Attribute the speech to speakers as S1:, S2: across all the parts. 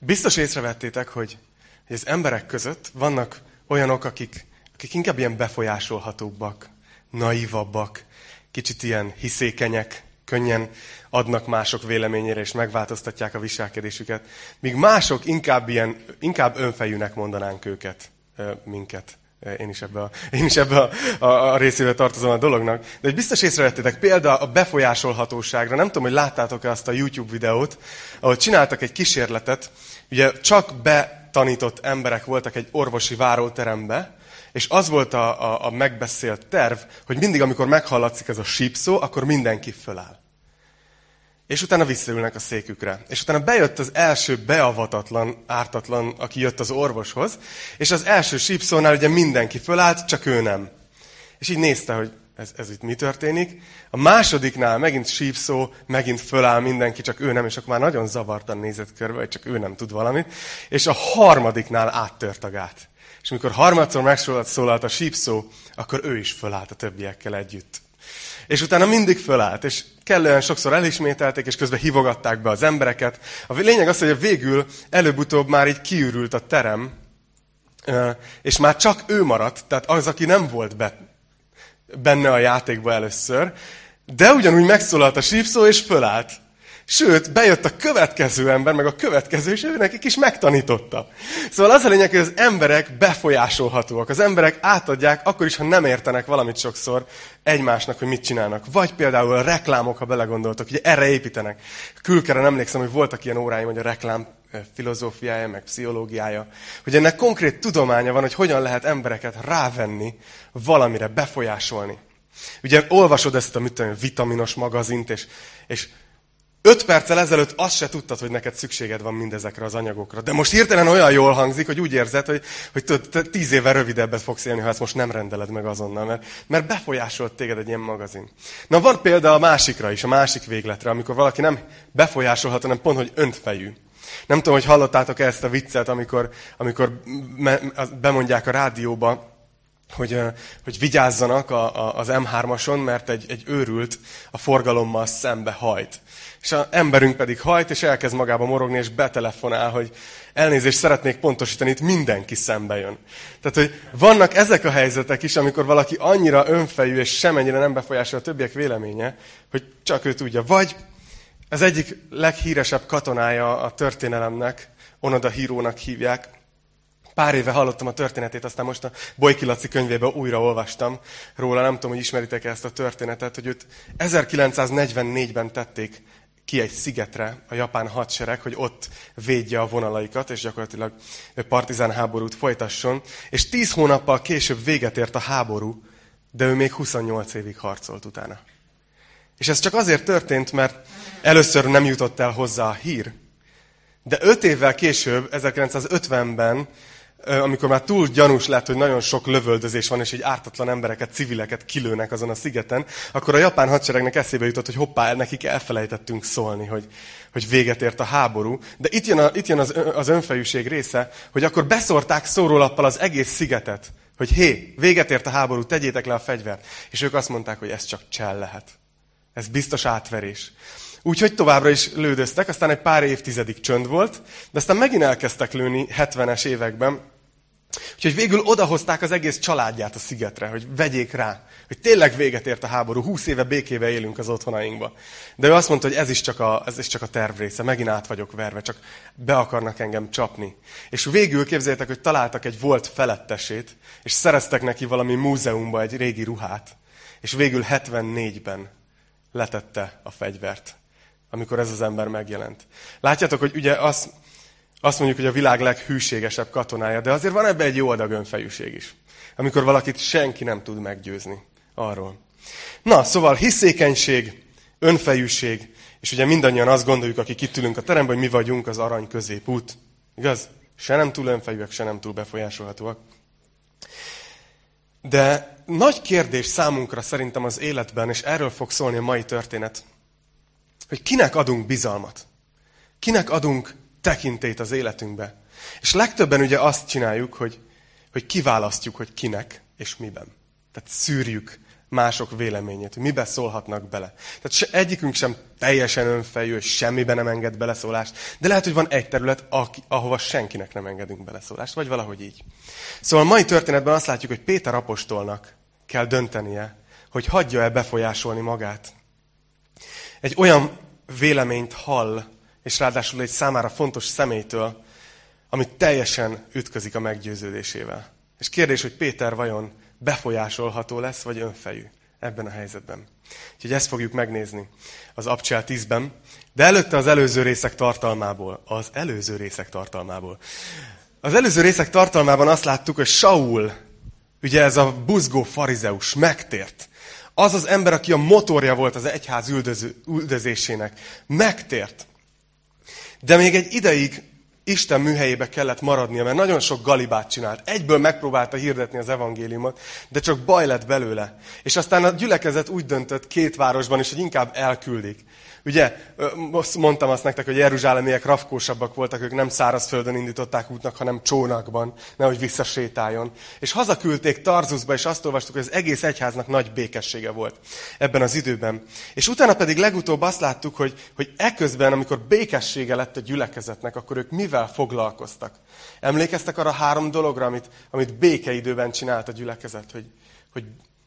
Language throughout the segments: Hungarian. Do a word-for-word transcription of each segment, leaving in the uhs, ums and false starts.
S1: Biztos észrevettétek, hogy, hogy az emberek között vannak olyanok, akik, akik inkább ilyen befolyásolhatóbbak, naivabbak, kicsit ilyen hiszékenyek, könnyen adnak mások véleményére, és megváltoztatják a viselkedésüket. Míg mások inkább, ilyen, inkább önfejűnek mondanánk őket, minket. Én is ebbe, a, én is ebbe a, a, a részével tartozom a dolognak. De hogy biztos észrevettétek, példa a befolyásolhatóságra, nem tudom, hogy láttátok-e azt a YouTube videót, ahol csináltak egy kísérletet, ugye csak betanított emberek voltak egy orvosi váróterembe, és az volt a, a, a megbeszélt terv, hogy mindig, amikor meghallatszik ez a sípszó, akkor mindenki föláll. És utána visszaülnek a székükre. És utána bejött az első beavatatlan, ártatlan, aki jött az orvoshoz, és az első sípszónál ugye mindenki fölállt, csak ő nem. És így nézte, hogy ez, ez itt mi történik. A másodiknál megint sípszó, megint föláll mindenki, csak ő nem, és akkor már nagyon zavartan nézett körbe, hogy csak ő nem tud valamit. És a harmadiknál áttört a gát. És amikor harmadszor megszólalt a sípszó, akkor ő is fölállt a többiekkel együtt. És utána mindig fölállt, és kellően sokszor elismételték, és közben hívogatták be az embereket. A lényeg az, hogy végül előbb-utóbb már így kiürült a terem, és már csak ő maradt, tehát az, aki nem volt benne a játékba először, de ugyanúgy megszólalt a sípszó, és fölállt. Sőt, bejött a következő ember, meg a következő, és ő nekik is megtanította. Szóval az a lényeg, hogy az emberek befolyásolhatóak. Az emberek átadják, akkor is, ha nem értenek valamit sokszor egymásnak, hogy mit csinálnak. Vagy például a reklámok, ha belegondoltok, ugye erre építenek. Külkeren emlékszem, hogy voltak ilyen óráim, hogy a reklám filozófiája, meg pszichológiája, hogy ennek konkrét tudománya van, hogy hogyan lehet embereket rávenni valamire, befolyásolni. Ugye olvasod ezt a mit tudom, vitaminos magazint, és, és Öt perccel ezelőtt azt se tudtad, hogy neked szükséged van mindezekre az anyagokra. De most hirtelen olyan jól hangzik, hogy úgy érzed, hogy, hogy tudod, te tíz évvel rövidebbet fogsz élni, ha ezt most nem rendeled meg azonnal, mert, mert befolyásolt téged egy ilyen magazin. Na van példa a másikra is, a másik végletre, amikor valaki nem befolyásolhat, hanem pont, hogy öntfejű. Nem tudom, hogy hallottátok ezt a viccet, amikor, amikor me, bemondják a rádióba, hogy, hogy vigyázzanak a, a, az em hármason, mert egy, egy őrült a forgalommal szembe hajt. És az emberünk pedig hajt, és elkezd magába morogni, és betelefonál, hogy elnézést szeretnék pontosítani, itt mindenki szembe jön. Tehát, hogy vannak ezek a helyzetek is, amikor valaki annyira önfejű, és semennyire nem befolyásol a többiek véleménye, hogy csak ő tudja. Vagy az egyik leghíresebb katonája a történelemnek, Onoda Hírónak hívják. Pár éve hallottam a történetét, aztán most a Bojki Laci könyvében újra olvastam róla, nem tudom, hogy ismeritek-e ezt a történetet, hogy őt ezerkilencszáznegyvennégyben tették ki egy szigetre a japán hadsereg, hogy ott védje a vonalaikat, és gyakorlatilag partizán háborút folytasson. És tíz hónappal később véget ért a háború, de ő még huszonnyolc évig harcolt utána. És ez csak azért történt, mert először nem jutott el hozzá a hír, de öt évvel később, ezerkilencszázötvenben, amikor már túl gyanús lett, hogy nagyon sok lövöldözés van, és így ártatlan embereket, civileket kilőnek azon a szigeten, akkor a japán hadseregnek eszébe jutott, hogy hoppá, nekik elfelejtettünk szólni, hogy, hogy véget ért a háború. De itt jön, a, itt jön az, az önfejűség része, hogy akkor beszórták szórólappal az egész szigetet, hogy hé, véget ért a háború, tegyétek le a fegyvert. És ők azt mondták, hogy ez csak csell lehet. Ez biztos átverés. Úgyhogy továbbra is lődöztek, aztán egy pár évtizedig csönd volt, de aztán megint elkezdtek lőni hetvenes években. Úgyhogy végül odahozták az egész családját a szigetre, hogy vegyék rá, hogy tényleg véget ért a háború, húsz éve békével élünk az otthonainkba. De ő azt mondta, hogy ez is csak a, ez is csak a terv része, megint át vagyok verve, csak be akarnak engem csapni. És végül képzeljétek, hogy találtak egy volt felettesét, és szereztek neki valami múzeumba egy régi ruhát, és végül hetvennégyben letette a fegyvert, amikor ez az ember megjelent. Látjátok, hogy ugye az, azt mondjuk, hogy a világ leghűségesebb katonája, de azért van ebben egy jó adag önfejűség is. Amikor valakit senki nem tud meggyőzni arról. Na, szóval hiszékenység, önfejűség, és ugye mindannyian azt gondoljuk, akik itt ülünk a teremben, hogy mi vagyunk az arany középút. Igaz? Se nem túl önfejűek, se nem túl befolyásolhatóak. De nagy kérdés számunkra szerintem az életben, és erről fog szólni a mai történet, hogy kinek adunk bizalmat? Kinek adunk tekintélyt az életünkbe? És legtöbben ugye azt csináljuk, hogy, hogy kiválasztjuk, hogy kinek és miben. Tehát szűrjük mások véleményét, hogy mibe szólhatnak bele. Tehát se, egyikünk sem teljesen önfejű, hogy semmiben nem enged beleszólást, de lehet, hogy van egy terület, ahova senkinek nem engedünk beleszólást, vagy valahogy így. Szóval a mai történetben azt látjuk, hogy Péter apostolnak kell döntenie, hogy hagyja-e befolyásolni magát. Egy olyan véleményt hall, és ráadásul egy számára fontos személytől, amit teljesen ütközik a meggyőződésével. És kérdés, hogy Péter vajon befolyásolható lesz, vagy önfejű ebben a helyzetben. Úgyhogy ezt fogjuk megnézni az Abcsel tízben, de előtte az előző részek tartalmából. Az előző részek tartalmából. Az előző részek tartalmában azt láttuk, hogy Saul, ugye ez a buzgó farizeus megtért. Az az ember, aki a motorja volt az egyház üldöző, üldözésének, megtért. De még egy ideig Isten műhelyébe kellett maradnia, mert nagyon sok galibát csinált. Egyből megpróbálta hirdetni az evangéliumot, de csak baj lett belőle. És aztán a gyülekezet úgy döntött két városban is, hogy inkább elküldik. Ugye, mondtam azt nektek, hogy jeruzsálemiek rafkósabbak voltak, ők nem szárazföldön indították útnak, hanem csónakban, nehogy visszasétáljon. És hazaküldték Tarzuszba, és azt olvastuk, hogy az egész egyháznak nagy békessége volt ebben az időben. És utána pedig legutóbb azt láttuk, hogy, hogy eközben, amikor békessége lett a gyülekezetnek, akkor ők mivel foglalkoztak. Emlékeztek arra három dologra, amit, amit békeidőben csinált a gyülekezet, hogy, hogy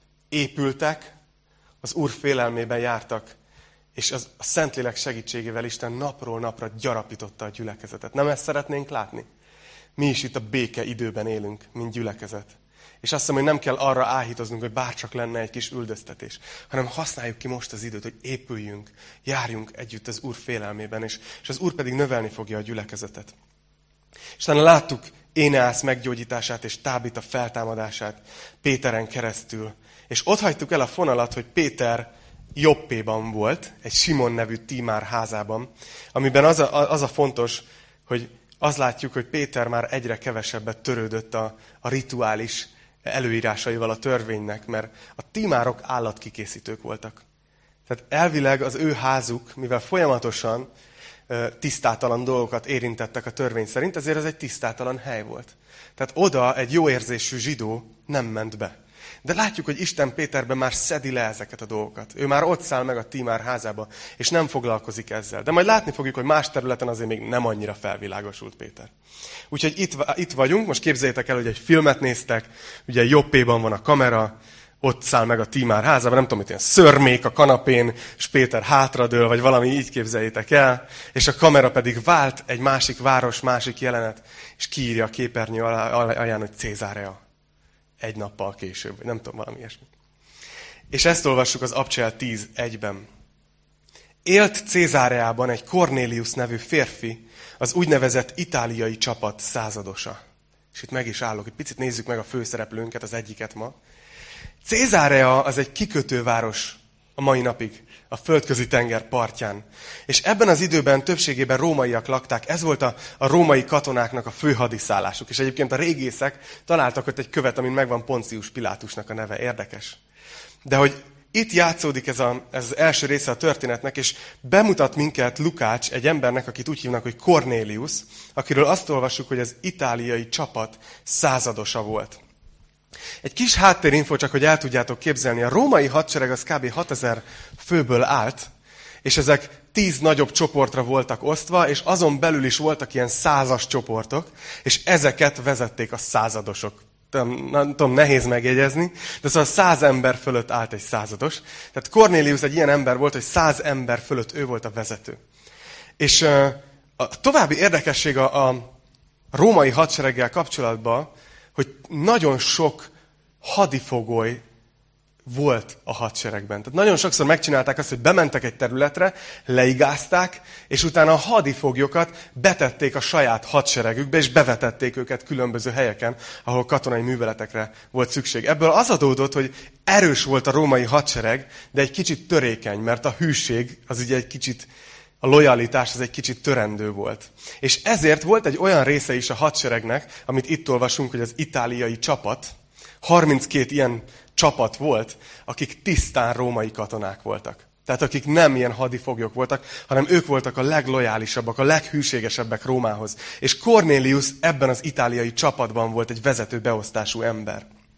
S1: épültek, az Úr félelmében jártak, és az, a Szentlélek segítségével Isten napról napra gyarapította a gyülekezetet. Nem ezt szeretnénk látni? Mi is itt a béke időben élünk, mint gyülekezet. És azt hiszem, hogy nem kell arra áhítoznunk, hogy bárcsak lenne egy kis üldöztetés, hanem használjuk ki most az időt, hogy épüljünk, járjunk együtt az Úr félelmében, és, és az Úr pedig növelni fogja a gyülekezetet. És talán láttuk Éneász meggyógyítását és Tábita feltámadását Péteren keresztül. És ott hagytuk el a fonalat, hogy Péter Joppéban volt, egy Simon nevű Tímár házában, amiben az a, az a fontos, hogy azt látjuk, hogy Péter már egyre kevesebbet törődött a, a rituális előírásaival a törvénynek, mert a tímárok állatkikészítők voltak. Tehát elvileg az ő házuk, mivel folyamatosan tisztátalan dolgokat érintettek a törvény szerint, ezért ez egy tisztátalan hely volt. Tehát oda egy jó érzésű zsidó nem ment be. De látjuk, hogy Isten Péterben már szedi le ezeket a dolgokat. Ő már ott száll meg a Tímár házába, és nem foglalkozik ezzel. De majd látni fogjuk, hogy más területen azért még nem annyira felvilágosult Péter. Úgyhogy itt, itt vagyunk, most képzeljétek el, hogy egy filmet néztek, ugye Joppéban van a kamera, ott száll meg a Tímár házában, nem tudom, hogy ilyen szörmék a kanapén, és Péter hátradől, vagy valami így képzeljétek el, és a kamera pedig vált egy másik város, másik jelenet, és kiírja a képernyő alján, hogy Cézárea. Egy nappal később, vagy nem tudom, valami ilyesmi. És ezt olvassuk az Abcsel tíz egyben. Élt Cézáreában egy Kornélius nevű férfi, az úgynevezett itáliai csapat századosa. És itt meg is állok, egy picit nézzük meg a főszereplőnket, az egyiket ma. Cézarea az egy kikötőváros a mai napig, a földközi tenger partján. És ebben az időben többségében rómaiak lakták, ez volt a, a római katonáknak a fő hadiszállásuk. És egyébként a régészek találtak ott egy követ, amin megvan Poncius Pilátusnak a neve, érdekes. De hogy itt játszódik ez, a, ez az első része a történetnek, és bemutat minket Lukács egy embernek, akit úgy hívnak, hogy Kornélius, akiről azt olvassuk, hogy az itáliai csapat századosa volt. Egy kis háttérinfo, csak hogy el tudjátok képzelni, a római hadsereg az kb. hatezer főből állt, és ezek tíz nagyobb csoportra voltak osztva, és azon belül is voltak ilyen százas csoportok, és ezeket vezették a századosok. Nem, nem tudom, nehéz megjegyezni, de szóval száz ember fölött állt egy százados. Tehát Kornélius egy ilyen ember volt, hogy száz ember fölött ő volt a vezető. És a további érdekesség a, a római hadsereggel kapcsolatban, hogy nagyon sok hadifogoly volt a hadseregben. Tehát nagyon sokszor megcsinálták azt, hogy bementek egy területre, leigázták, és utána a hadifoglyokat betették a saját hadseregükbe, és bevetették őket különböző helyeken, ahol katonai műveletekre volt szükség. Ebből az adódott, hogy erős volt a római hadsereg, de egy kicsit törékeny, mert a hűség az ugye egy kicsit, a lojalitás az egy kicsit törendő volt. És ezért volt egy olyan része is a hadseregnek, amit itt olvasunk, hogy az itáliai csapat, harminckét ilyen csapat volt, akik tisztán római katonák voltak. Tehát akik nem ilyen hadifoglyok voltak, hanem ők voltak a leglojálisabbak, a leghűségesebbek Rómához. És Kornélius ebben az itáliai csapatban volt egy vezető beosztású ember.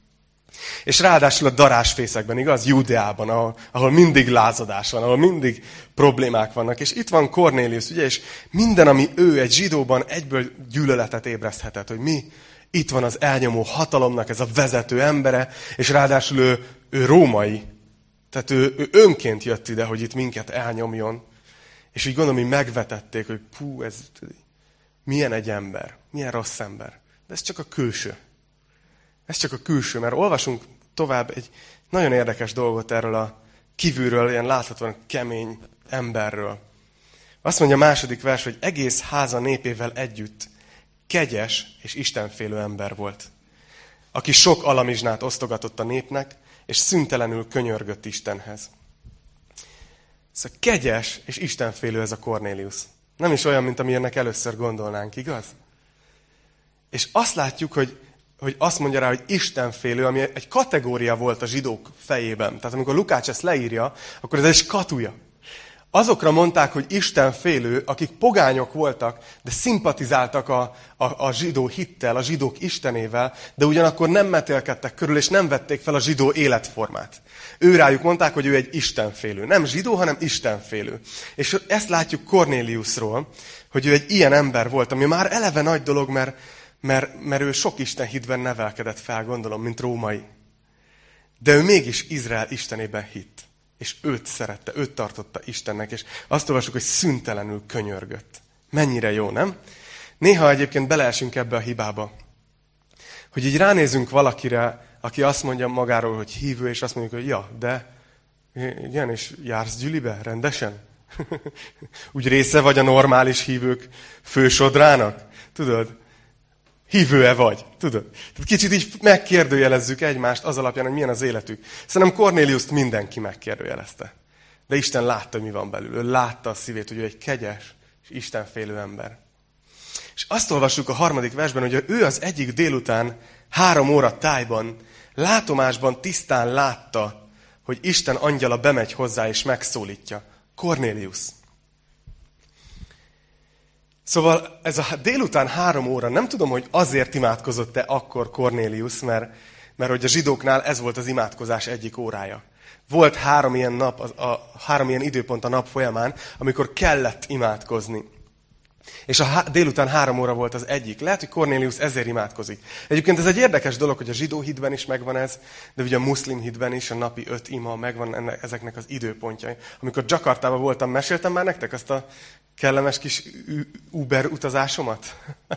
S1: És ráadásul a darásfészekben, igaz? Júdeában, ahol, ahol mindig lázadás van, ahol mindig problémák vannak. És itt van Kornélius, ugye, és minden, ami ő egy zsidóban, egyből gyűlöletet ébreszthetett, hogy mi? Itt van az elnyomó hatalomnak ez a vezető embere, és ráadásul ő, ő római. Tehát ő, ő önként jött ide, hogy itt minket elnyomjon. És így gondolom, hogy megvetették, hogy pú, ez milyen egy ember, milyen rossz ember. De ez csak a külső. Ez csak a külső, mert olvasunk tovább egy nagyon érdekes dolgot erről a kívülről, ilyen láthatóan kemény emberről. Azt mondja a második vers, hogy egész háza népével együtt kegyes és istenfélő ember volt, aki sok alamizsnát osztogatott a népnek, és szüntelenül könyörgött Istenhez. Szóval kegyes és istenfélő ez a Kornélius. Nem is olyan, mint amilyennek először gondolnánk, igaz? És azt látjuk, hogy, hogy azt mondja rá, hogy istenfélő, ami egy kategória volt a zsidók fejében. Tehát amikor Lukács ezt leírja, akkor ez egy skatuja. Azokra mondták, hogy istenfélő, akik pogányok voltak, de szimpatizáltak a, a, a zsidó hittel, a zsidók istenével, de ugyanakkor nem metélkedtek körül, és nem vették fel a zsidó életformát. Ő rájuk mondták, hogy ő egy istenfélő. Nem zsidó, hanem istenfélő. És ezt látjuk Kornéliusról, hogy ő egy ilyen ember volt, ami már eleve nagy dolog, mert, mert, mert ő sok istenhitben nevelkedett fel, gondolom, mint római. De ő mégis Izrael istenében hitt. És őt szerette, őt tartotta Istennek, és azt olvasjuk, hogy szüntelenül könyörgött. Mennyire jó, nem? Néha egyébként beleesünk ebbe a hibába, hogy így ránézünk valakire, aki azt mondja magáról, hogy hívő, és azt mondjuk, hogy ja, de igen, és jársz gyülibe rendesen? Úgy része vagy a normális hívők fősodrának? Tudod? Hívő-e vagy? Tudod? Tehát kicsit így megkérdőjelezzük egymást az alapján, hogy milyen az életük. Szerintem Kornéliuszt mindenki megkérdőjelezte. De Isten látta, hogy mi van belül. Ő látta a szívét, hogy ő egy kegyes és istenfélő ember. És azt olvassuk a harmadik versben, hogy ő az egyik délután három óra tájban, látomásban tisztán látta, hogy Isten angyala bemegy hozzá és megszólítja. Kornélius. Szóval ez a délután három óra, nem tudom, hogy azért imádkozott-e akkor Kornélius, mert, mert hogy a zsidóknál ez volt az imádkozás egyik órája. Volt három ilyen, nap, a, a, három ilyen időpont a nap folyamán, amikor kellett imádkozni. És a há, délután három óra volt az egyik. Lehet, hogy Kornélius ezért imádkozik. Egyébként ez egy érdekes dolog, hogy a zsidó hitben is megvan ez, de ugye a muszlim hitben is a napi öt ima megvan ennek, ezeknek az időpontjai. Amikor Jakartában voltam, meséltem már nektek azt a kellemes kis Uber utazásomat?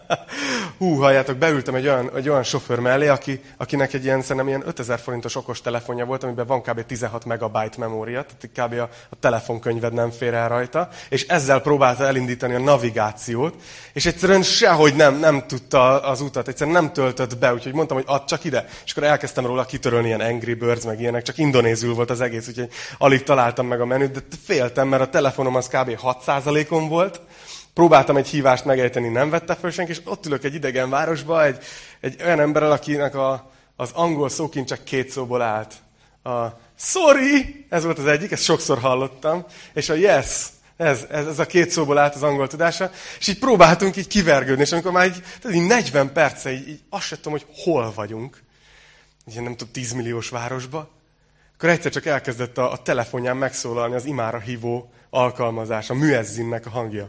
S1: Hú, halljátok, beültem egy olyan, egy olyan sofőr mellé, aki, akinek egy ilyen, szerintem ilyen ötezer forintos okos telefonja volt, amiben van kb. tizenhat megabyte memória, tehát kb. A, a telefonkönyved nem fér el rajta, és ezzel próbálta elindítani a navigációt, és egyszerűen sehogy nem, nem tudta az utat, egyszerűen nem töltött be, úgyhogy mondtam, hogy add csak ide, és akkor elkezdtem róla kitörölni ilyen Angry Birds, meg ilyenek, csak indonézül volt az egész, úgyhogy alig találtam meg a menüt, de féltem, mert a telefonom az kb. hat százalékon volt. Próbáltam egy hívást megejteni, nem vette föl senki, és ott ülök egy idegen városba, egy, egy olyan emberrel, akinek a, az angol szókincs csak két szóból állt. A sorry, ez volt az egyik, ezt sokszor hallottam, és a yes, ez, ez, ez a két szóból állt az angol tudása, és így próbáltunk így kivergődni, és amikor már így, tehát így negyven perce, így, így azt sem tudom, hogy hol vagyunk, így nem tudom, tízmilliós városba, akkor egyszer csak elkezdett a, a telefonján megszólalni az imára hívó alkalmazás, a müezzinnek a hangja.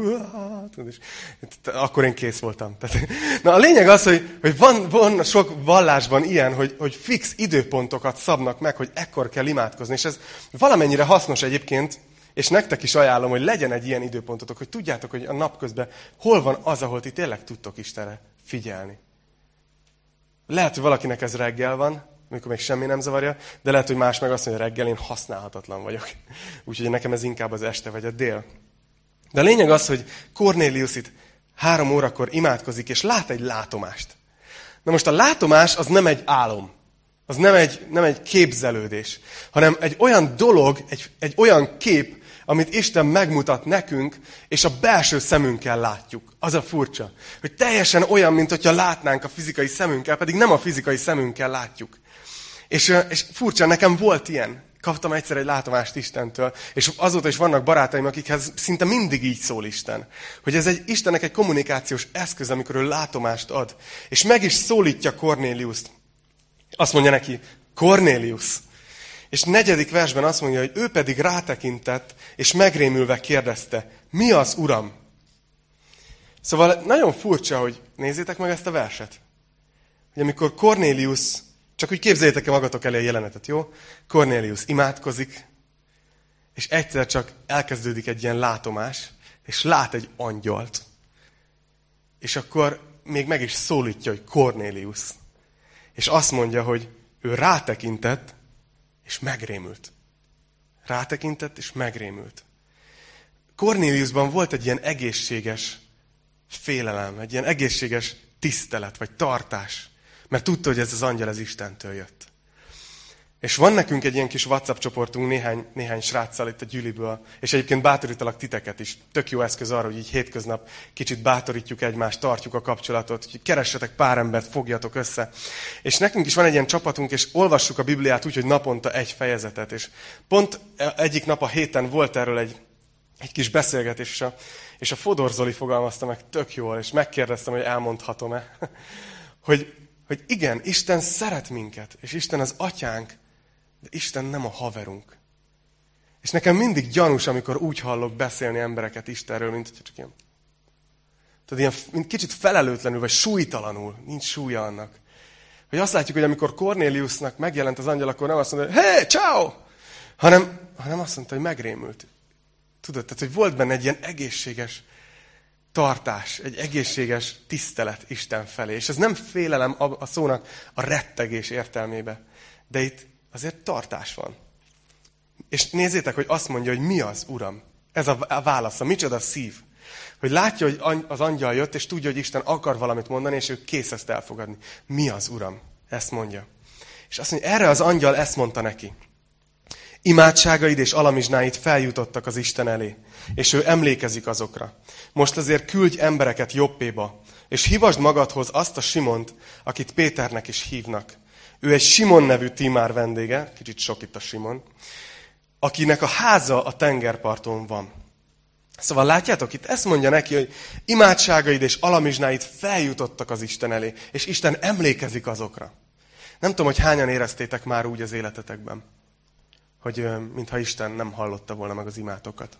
S1: És akkor én kész voltam. Na a lényeg az, hogy, hogy van, van sok vallásban ilyen, hogy, hogy fix időpontokat szabnak meg, hogy ekkor kell imádkozni. És ez valamennyire hasznos egyébként, és nektek is ajánlom, hogy legyen egy ilyen időpontotok, hogy tudjátok, hogy a nap közben hol van az, ahol ti tényleg tudtok Istenre figyelni. Lehet, hogy valakinek ez reggel van, amikor még semmi nem zavarja, de lehet, hogy más meg azt mondja, hogy reggel én használhatatlan vagyok. Úgyhogy nekem ez inkább az este vagy a dél. De a lényeg az, hogy Kornélius itt három órakor imádkozik, és lát egy látomást. Na most a látomás az nem egy álom, az nem egy, nem egy képzelődés, hanem egy olyan dolog, egy, egy olyan kép, amit Isten megmutat nekünk, és a belső szemünkkel látjuk. Az a furcsa, hogy teljesen olyan, mint hogyha látnánk a fizikai szemünkkel, pedig nem a fizikai szemünkkel látjuk. És, és furcsa, nekem volt ilyen. Kaptam egyszer egy látomást Istentől, és azóta is vannak barátaim, akikhez szinte mindig így szól Isten. Hogy ez egy Istennek egy kommunikációs eszköz, amikor ő látomást ad. És meg is szólítja Kornéliust. Azt mondja neki, Kornélius. És negyedik versben azt mondja, hogy ő pedig rátekintett, és megrémülve kérdezte, mi az, Uram? Szóval nagyon furcsa, hogy nézzétek meg ezt a verset. Hogy amikor Kornélius, csak úgy képzeljétek el magatok elé a jelenetet, jó? Kornélius imádkozik, és egyszer csak elkezdődik egy ilyen látomás, és lát egy angyalt. És akkor még meg is szólítja, hogy Kornélius. És azt mondja, hogy ő rátekintett, és megrémült. Rátekintett, és megrémült. Kornéliusban volt egy ilyen egészséges félelem, egy ilyen egészséges tisztelet, vagy tartás. Mert tudta, hogy ez az angyal az Istentől jött. És van nekünk egy ilyen kis WhatsApp csoportunk néhány, néhány sráccal itt a gyűliből, és egyébként bátorítalak titeket is. Tök jó eszköz arra, hogy így hétköznap kicsit bátorítjuk egymást, tartjuk a kapcsolatot, hogy keressetek pár embert, fogjatok össze. És nekünk is van egy ilyen csapatunk, és olvassuk a Bibliát úgy, hogy naponta egy fejezetet. És pont egyik nap a héten volt erről egy, egy kis beszélgetés, és a, és a Fodor Zoli fogalmazta meg tök jól, és megkérdeztem, hogy elmondhatom-e, hogy, hogy igen, Isten szeret minket, és Isten az atyánk, de Isten nem a haverunk. És nekem mindig gyanús, amikor úgy hallok beszélni embereket Istenről, mint hogy csak ilyen, tudod, ilyen mint kicsit felelőtlenül, vagy súlytalanul, nincs súlya annak. Hogy azt látjuk, hogy amikor Kornéliusnak megjelent az angyal, akkor nem azt mondta, hogy hé, ciao! Hanem, hanem azt mondta, hogy megrémült. Tudod, tehát, hogy volt benne egy ilyen egészséges tartás, egy egészséges tisztelet Isten felé. És ez nem félelem a szónak a rettegés értelmébe, de itt azért tartás van. És nézzétek, hogy azt mondja, hogy mi az, Uram? Ez a válasza. Micsoda szív. Hogy látja, hogy az angyal jött, és tudja, hogy Isten akar valamit mondani, és ő kész ezt elfogadni. Mi az, Uram? Ezt mondja. És azt mondja, erre az angyal ezt mondta neki. Imádságaid és alamizsnáid feljutottak az Isten elé, és ő emlékezik azokra. Most azért küldj embereket Joppéba, és hívasd magadhoz azt a Simont, akit Péternek is hívnak. Ő egy Simon nevű tímár vendége, kicsit sok itt a Simon, akinek a háza a tengerparton van. Szóval látjátok, itt ezt mondja neki, hogy imádságaid és alamizsnáid feljutottak az Isten elé, és Isten emlékezik azokra. Nem tudom, hogy hányan éreztétek már úgy az életetekben, hogy mintha Isten nem hallotta volna meg az imátokat.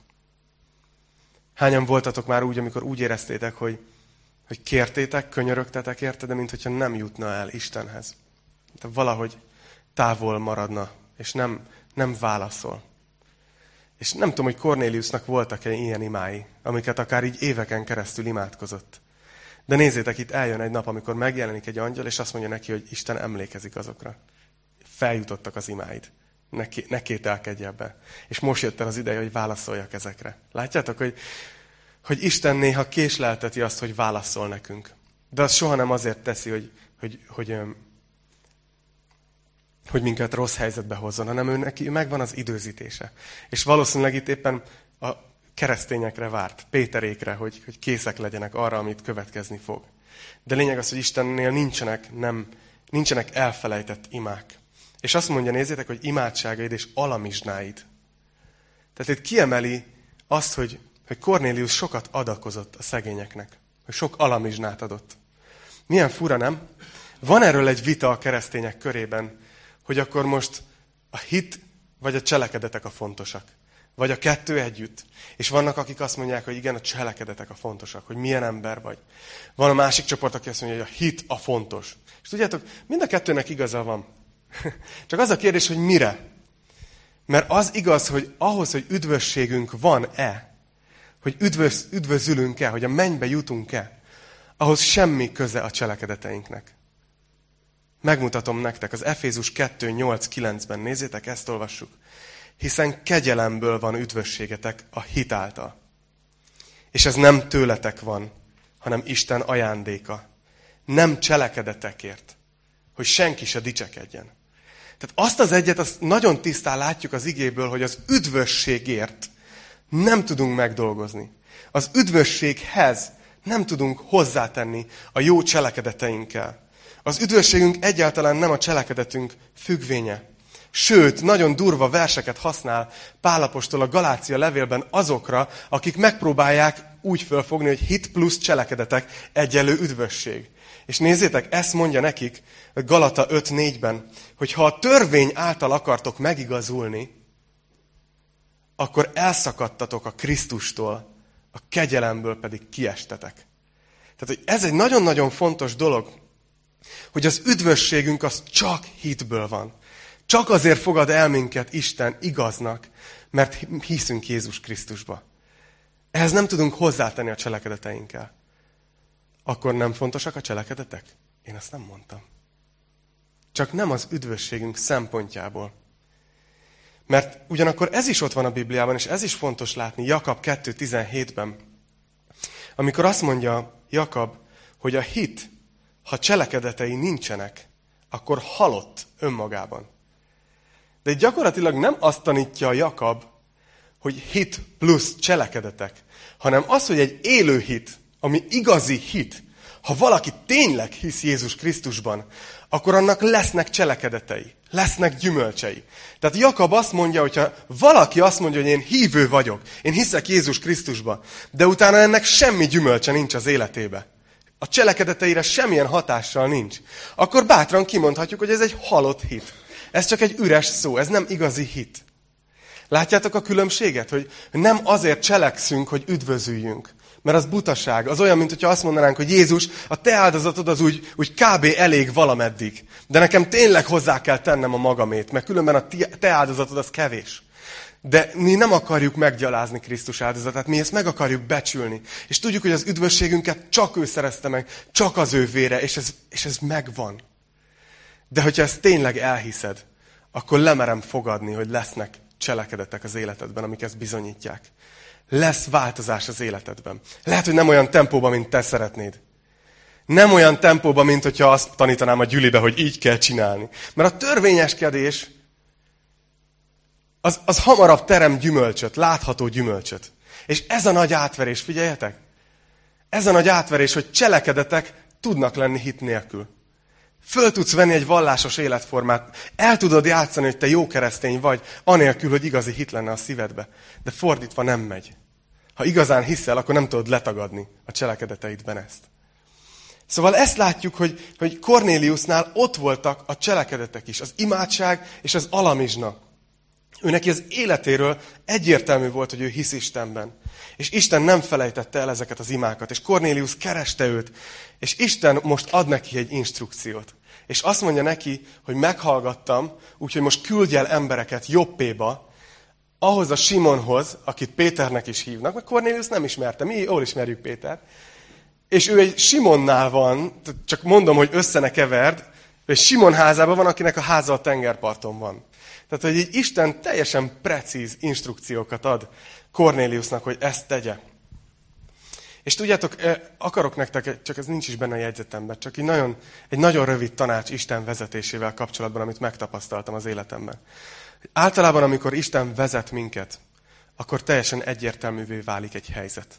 S1: Hányan voltatok már úgy, amikor úgy éreztétek, hogy, hogy kértétek, könyörögtetek érte, de mintha nem jutna el Istenhez. De valahogy távol maradna, és nem, nem válaszol. És nem tudom, hogy Kornéliusnak voltak-e ilyen imái, amiket akár így éveken keresztül imádkozott. De nézzétek, itt eljön egy nap, amikor megjelenik egy angyal, és azt mondja neki, hogy Isten emlékezik azokra. Feljutottak az imáid. Ne, ne kételkedj ebbe. És most jött el az ideje, hogy válaszoljak ezekre. Látjátok, hogy, hogy Isten néha késlelteti azt, hogy válaszol nekünk. De az soha nem azért teszi, hogy, hogy, hogy, hogy minket rossz helyzetbe hozzon, hanem ő neki megvan az időzítése. És valószínűleg itt éppen a keresztényekre várt, Péterékre, hogy, hogy készek legyenek arra, amit következni fog. De lényeg az, hogy Istennél nincsenek, nem, nincsenek elfelejtett imák. És azt mondja, nézzétek, hogy imádságaid és alamizsnáid. Tehát itt kiemeli azt, hogy, hogy Kornélius sokat adakozott a szegényeknek. Hogy sok alamizsnát adott. Milyen fura, nem? Van erről egy vita a keresztények körében, hogy akkor most a hit vagy a cselekedetek a fontosak. Vagy a kettő együtt. És vannak, akik azt mondják, hogy igen, a cselekedetek a fontosak, hogy milyen ember vagy. Van a másik csoport, aki azt mondja, hogy a hit a fontos. És tudjátok, mind a kettőnek igaza van. Csak az a kérdés, hogy mire? Mert az igaz, hogy ahhoz, hogy üdvösségünk van-e, hogy üdvöz, üdvözülünk-e, hogy a mennybe jutunk-e, ahhoz semmi köze a cselekedeteinknek. Megmutatom nektek, az Efézus kettő nyolc kilencben, nézzétek, ezt olvassuk. Hiszen kegyelemből van üdvösségetek a hit által. És ez nem tőletek van, hanem Isten ajándéka. Nem cselekedetekért, hogy senki se dicsekedjen. Tehát azt az egyet, azt nagyon tisztán látjuk az igéből, hogy az üdvösségért nem tudunk megdolgozni. Az üdvösséghez nem tudunk hozzátenni a jó cselekedeteinkkel. Az üdvösségünk egyáltalán nem a cselekedetünk függvénye. Sőt, nagyon durva verseket használ Pál apostol a Galácia levélben azokra, akik megpróbálják úgy fölfogni, hogy hit plusz cselekedetek egyenlő üdvösség. És nézzétek, ezt mondja nekik Galata öt négyben, hogy ha a törvény által akartok megigazulni, akkor elszakadtatok a Krisztustól, a kegyelemből pedig kiestetek. Tehát, hogy ez egy nagyon-nagyon fontos dolog, hogy az üdvösségünk az csak hitből van. Csak azért fogad el minket Isten igaznak, mert hiszünk Jézus Krisztusba. Ehhez nem tudunk hozzátenni a cselekedeteinkkel. Akkor nem fontosak a cselekedetek? Én azt nem mondtam. Csak nem az üdvösségünk szempontjából. Mert ugyanakkor ez is ott van a Bibliában, és ez is fontos látni Jakab kettő tizenhétben, amikor azt mondja Jakab, hogy a hit, ha cselekedetei nincsenek, akkor halott önmagában. De itt gyakorlatilag nem azt tanítja a Jakab, hogy hit plusz cselekedetek, hanem az, hogy egy élő hit, ami igazi hit, ha valaki tényleg hisz Jézus Krisztusban, akkor annak lesznek cselekedetei, lesznek gyümölcsei. Tehát Jakab azt mondja, hogyha valaki azt mondja, hogy én hívő vagyok, én hiszek Jézus Krisztusba, de utána ennek semmi gyümölcse nincs az életébe, a cselekedeteire semmilyen hatással nincs, akkor bátran kimondhatjuk, hogy ez egy halott hit. Ez csak egy üres szó, ez nem igazi hit. Látjátok a különbséget, hogy nem azért cselekszünk, hogy üdvözüljünk, mert az butaság. Az olyan, mint hogyha azt mondanánk, hogy Jézus, a te áldozatod az úgy, úgy kb. Elég valameddig. De nekem tényleg hozzá kell tennem a magamét, mert különben a te áldozatod az kevés. De mi nem akarjuk meggyalázni Krisztus áldozatát, mi ezt meg akarjuk becsülni. És tudjuk, hogy az üdvösségünket csak ő szerezte meg, csak az ő vére, és ez, és ez megvan. De hogyha ezt tényleg elhiszed, akkor lemerem fogadni, hogy lesznek cselekedetek az életedben, amik ezt bizonyítják. Lesz változás az életedben. Lehet, hogy nem olyan tempóban, mint te szeretnéd. Nem olyan tempóban, mint hogyha azt tanítanám a gyülibe, hogy így kell csinálni. Mert a törvényeskedés az, az hamarabb terem gyümölcsöt, látható gyümölcsöt. És ez a nagy átverés, figyeljetek! Ez a nagy átverés, hogy cselekedetek tudnak lenni hit nélkül. Föl tudsz venni egy vallásos életformát, el tudod játszani, hogy te jó keresztény vagy, anélkül, hogy igazi hit lenne a szívedbe. De fordítva nem megy. Ha igazán hiszel, akkor nem tudod letagadni a cselekedeteidben ezt. Szóval ezt látjuk, hogy, hogy Kornéliusnál ott voltak a cselekedetek is, az imádság és az alamizsna. Ő neki az életéről egyértelmű volt, hogy ő hisz Istenben. És Isten nem felejtette el ezeket az imákat. És Kornélius kereste őt. És Isten most ad neki egy instrukciót. És azt mondja neki, hogy meghallgattam, úgyhogy most küldj el embereket Joppéba, ahhoz a Simonhoz, akit Péternek is hívnak, mert Kornélius nem ismerte, mi jól ismerjük Pétert. És ő egy Simonnál van, csak mondom, hogy össze ne keverd, egy Simon házában van, akinek a háza a tengerparton van. Tehát, hogy így Isten teljesen precíz instrukciókat ad Kornéliusnak, hogy ezt tegye. És tudjátok, akarok nektek, csak ez nincs is benne a jegyzetemben, csak így nagyon, egy nagyon rövid tanács Isten vezetésével kapcsolatban, amit megtapasztaltam az életemben. Általában, amikor Isten vezet minket, akkor teljesen egyértelművé válik egy helyzet.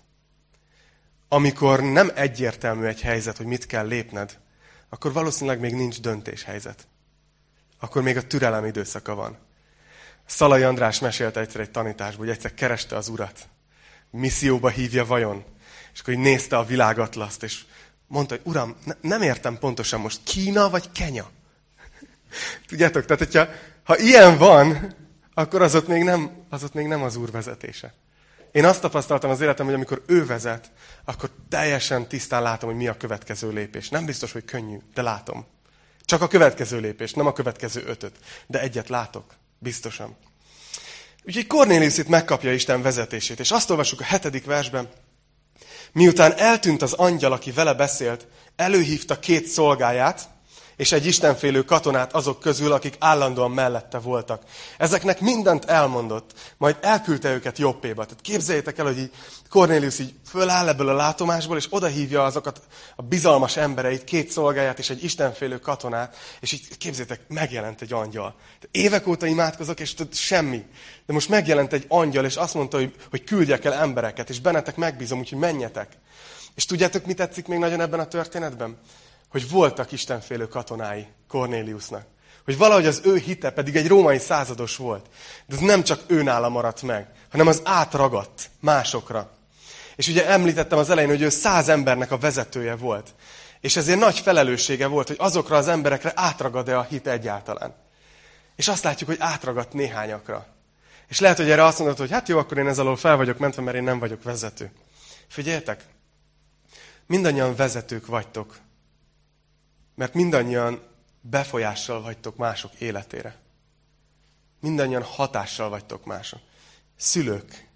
S1: Amikor nem egyértelmű egy helyzet, hogy mit kell lépned, akkor valószínűleg még nincs döntéshelyzet. Akkor még a türelem időszaka van. Szalai András mesélte egyszer egy tanításból, hogy egyszer kereste az Urat. Misszióba hívja vajon? És akkor így nézte a világatlaszt, és mondta, hogy Uram, ne, nem értem pontosan most, Kína vagy Kenya? Tudjátok, tehát hogyha ha ilyen van, akkor az ott, még nem, az ott még nem az Úr vezetése. Én azt tapasztaltam az életem, hogy amikor ő vezet, akkor teljesen tisztán látom, hogy mi a következő lépés. Nem biztos, hogy könnyű, de látom. Csak a következő lépés, nem a következő ötöt. De egyet látok, biztosan. Úgyhogy Kornélius itt megkapja Isten vezetését, és azt olvassuk a hetedik versben. Miután eltűnt az angyal, aki vele beszélt, előhívta két szolgáját, és egy istenfélő katonát azok közül, akik állandóan mellette voltak. Ezeknek mindent elmondott, majd elküldte őket Joppéba. Tehát képzeljétek el, hogy így Kornélius így föláll ebből a látomásból, és odahívja azokat a bizalmas embereit, két szolgáját és egy istenfélő katonát, és így képzeljétek, megjelent egy angyal. Évek óta imádkozok, és tudod, semmi. De most megjelent egy angyal, és azt mondta, hogy, hogy küldjek el embereket, és bennetek megbízom, úgyhogy menjetek. És tudjátok, mi tetszik még nagyon ebben a történetben? Hogy voltak istenfélő katonái Kornéliusnak. Hogy valahogy az ő hite pedig egy római százados volt. De ez nem csak őnála maradt meg, hanem az átragadt másokra. És ugye említettem az elején, hogy ő száz embernek a vezetője volt. És ezért nagy felelőssége volt, hogy azokra az emberekre átragad-e a hit egyáltalán. És azt látjuk, hogy átragadt néhányakra. És lehet, hogy erre azt mondod, hogy hát jó, akkor én ez alól fel vagyok mentve, mert én nem vagyok vezető. Figyeljetek, mindannyian vezetők vagytok, mert mindannyian befolyással vagytok mások életére. Mindannyian hatással vagytok mások. Szülők.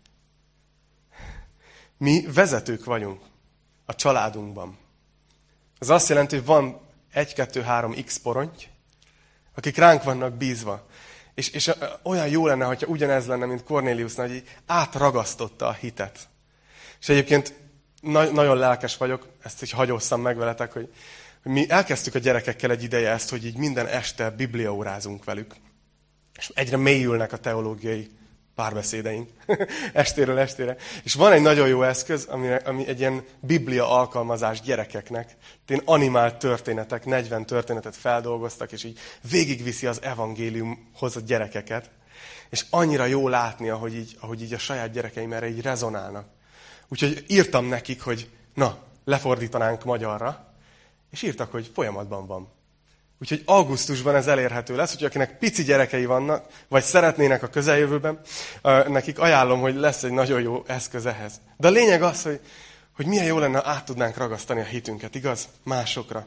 S1: Mi vezetők vagyunk a családunkban. Ez azt jelenti, hogy van egy, kettő, három x poronty, akik ránk vannak bízva. És, és olyan jó lenne, hogyha ugyanez lenne, mint Kornéliusnál, hogy átragasztotta a hitet. És egyébként na- nagyon lelkes vagyok, ezt így hagyózzam meg veletek, hogy, hogy mi elkezdtük a gyerekekkel egy ideje ezt, hogy így minden este bibliaórázunk velük. És egyre mélyülnek a teológiai párbeszédeink estéről estére. És van egy nagyon jó eszköz, ami, ami egy ilyen biblia alkalmazás gyerekeknek. Én animált történetek, negyven történetet feldolgoztak, és így végigviszi az evangéliumhoz a gyerekeket. És annyira jó látni, ahogy így, ahogy így a saját gyerekeim erre így rezonálnak. Úgyhogy írtam nekik, hogy na, lefordítanánk magyarra, és írtak, hogy folyamatban van. Úgyhogy augusztusban ez elérhető lesz, úgyhogy akinek pici gyerekei vannak, vagy szeretnének a közeljövőben, nekik ajánlom, hogy lesz egy nagyon jó eszköz ehhez. De a lényeg az, hogy, hogy milyen jó lenne, át tudnánk ragasztani a hitünket, igaz? Másokra.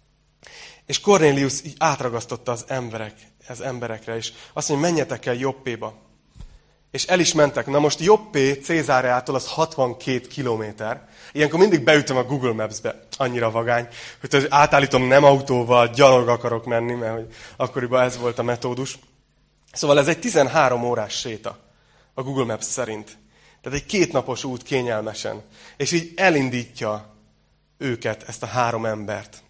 S1: És Kornélius így átragasztotta az emberek, az emberekre, és azt mondja, menjetek el Joppéba. És el is mentek. Na most Joppé Cézáreától az hatvankét kilométer. Ilyenkor mindig beütöm a Google Maps-be, annyira vagány, hogy átállítom, nem autóval, gyalog akarok menni, mert hogy akkoriban ez volt a metódus. Szóval ez egy tizenhárom órás séta a Google Maps szerint. Tehát egy kétnapos út kényelmesen. És így elindítja őket, ezt a három embert.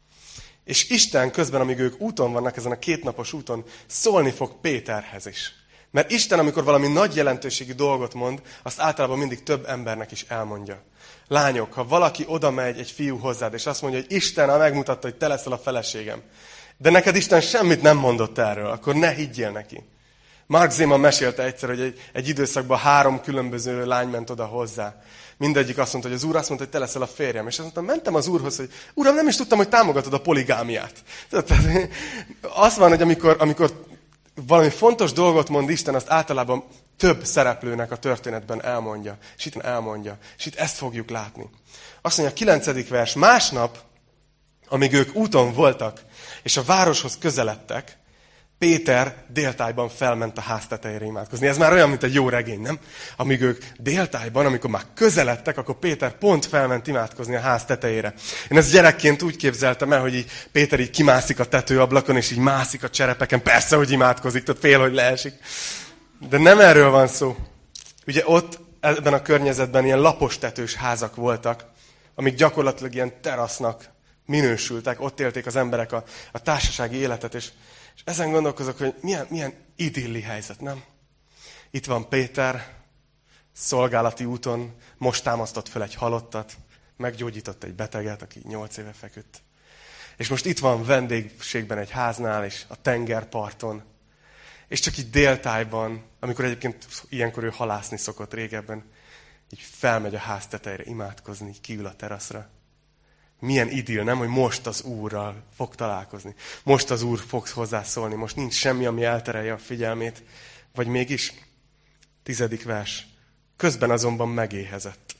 S1: És Isten közben, amíg ők úton vannak, ezen a kétnapos úton, szólni fog Péterhez is. Mert Isten, amikor valami nagy jelentőségű dolgot mond, azt általában mindig több embernek is elmondja. Lányok, ha valaki oda megy egy fiú hozzád, és azt mondja, hogy Isten, ha megmutatta, hogy te leszel a feleségem, de neked Isten semmit nem mondott erről, akkor ne higgyél neki. Mark Zéman mesélte egyszer, hogy egy, egy időszakban három különböző lány ment oda hozzá. Mindegyik azt mondta, hogy az úr azt mondta, hogy te leszel a férjem. És azt mondtam, mentem az úrhoz, hogy uram, nem is tudtam, hogy támogatod a poligámiát. Tehát azt van, hogy amikor, amikor valami fontos dolgot mond Isten, azt általában több szereplőnek a történetben elmondja. És itt elmondja. És itt ezt fogjuk látni. Azt mondja, a kilencedik vers. Másnap, amíg ők úton voltak, és a városhoz közeledtek, Péter déltájban felment a ház tetejére imádkozni. Ez már olyan, mint egy jó regény, nem? Amíg ők déltájban, amikor már közeledtek, akkor Péter pont felment imádkozni a ház tetejére. Én ezt gyerekként úgy képzeltem el, hogy így Péter így kimászik a tetőablakon, és így mászik a cserepeken. Persze, hogy imádkozik, tehát fél, hogy leesik. De nem erről van szó. Ugye ott, ebben a környezetben ilyen lapos tetős házak voltak, amik gyakorlatilag ilyen terasznak minősültek. Ott élték az emberek a, a társasági életet, és És ezen gondolkozok, hogy milyen, milyen idilli helyzet, nem? Itt van Péter, szolgálati úton, most támasztott fel egy halottat, meggyógyított egy beteget, aki nyolc éve feküdt. És most itt van vendégségben egy háznál, és a tengerparton. És csak így déltájban, amikor egyébként ilyenkor ő halászni szokott régebben, így felmegy a ház tetejére imádkozni, így kiül a teraszra. Milyen idill, nem? Hogy most az Úrral fog találkozni. Most az Úr fog hozzászólni. Most nincs semmi, ami elterelje a figyelmét. Vagy mégis? Tizedik vers. Közben azonban megéhezett.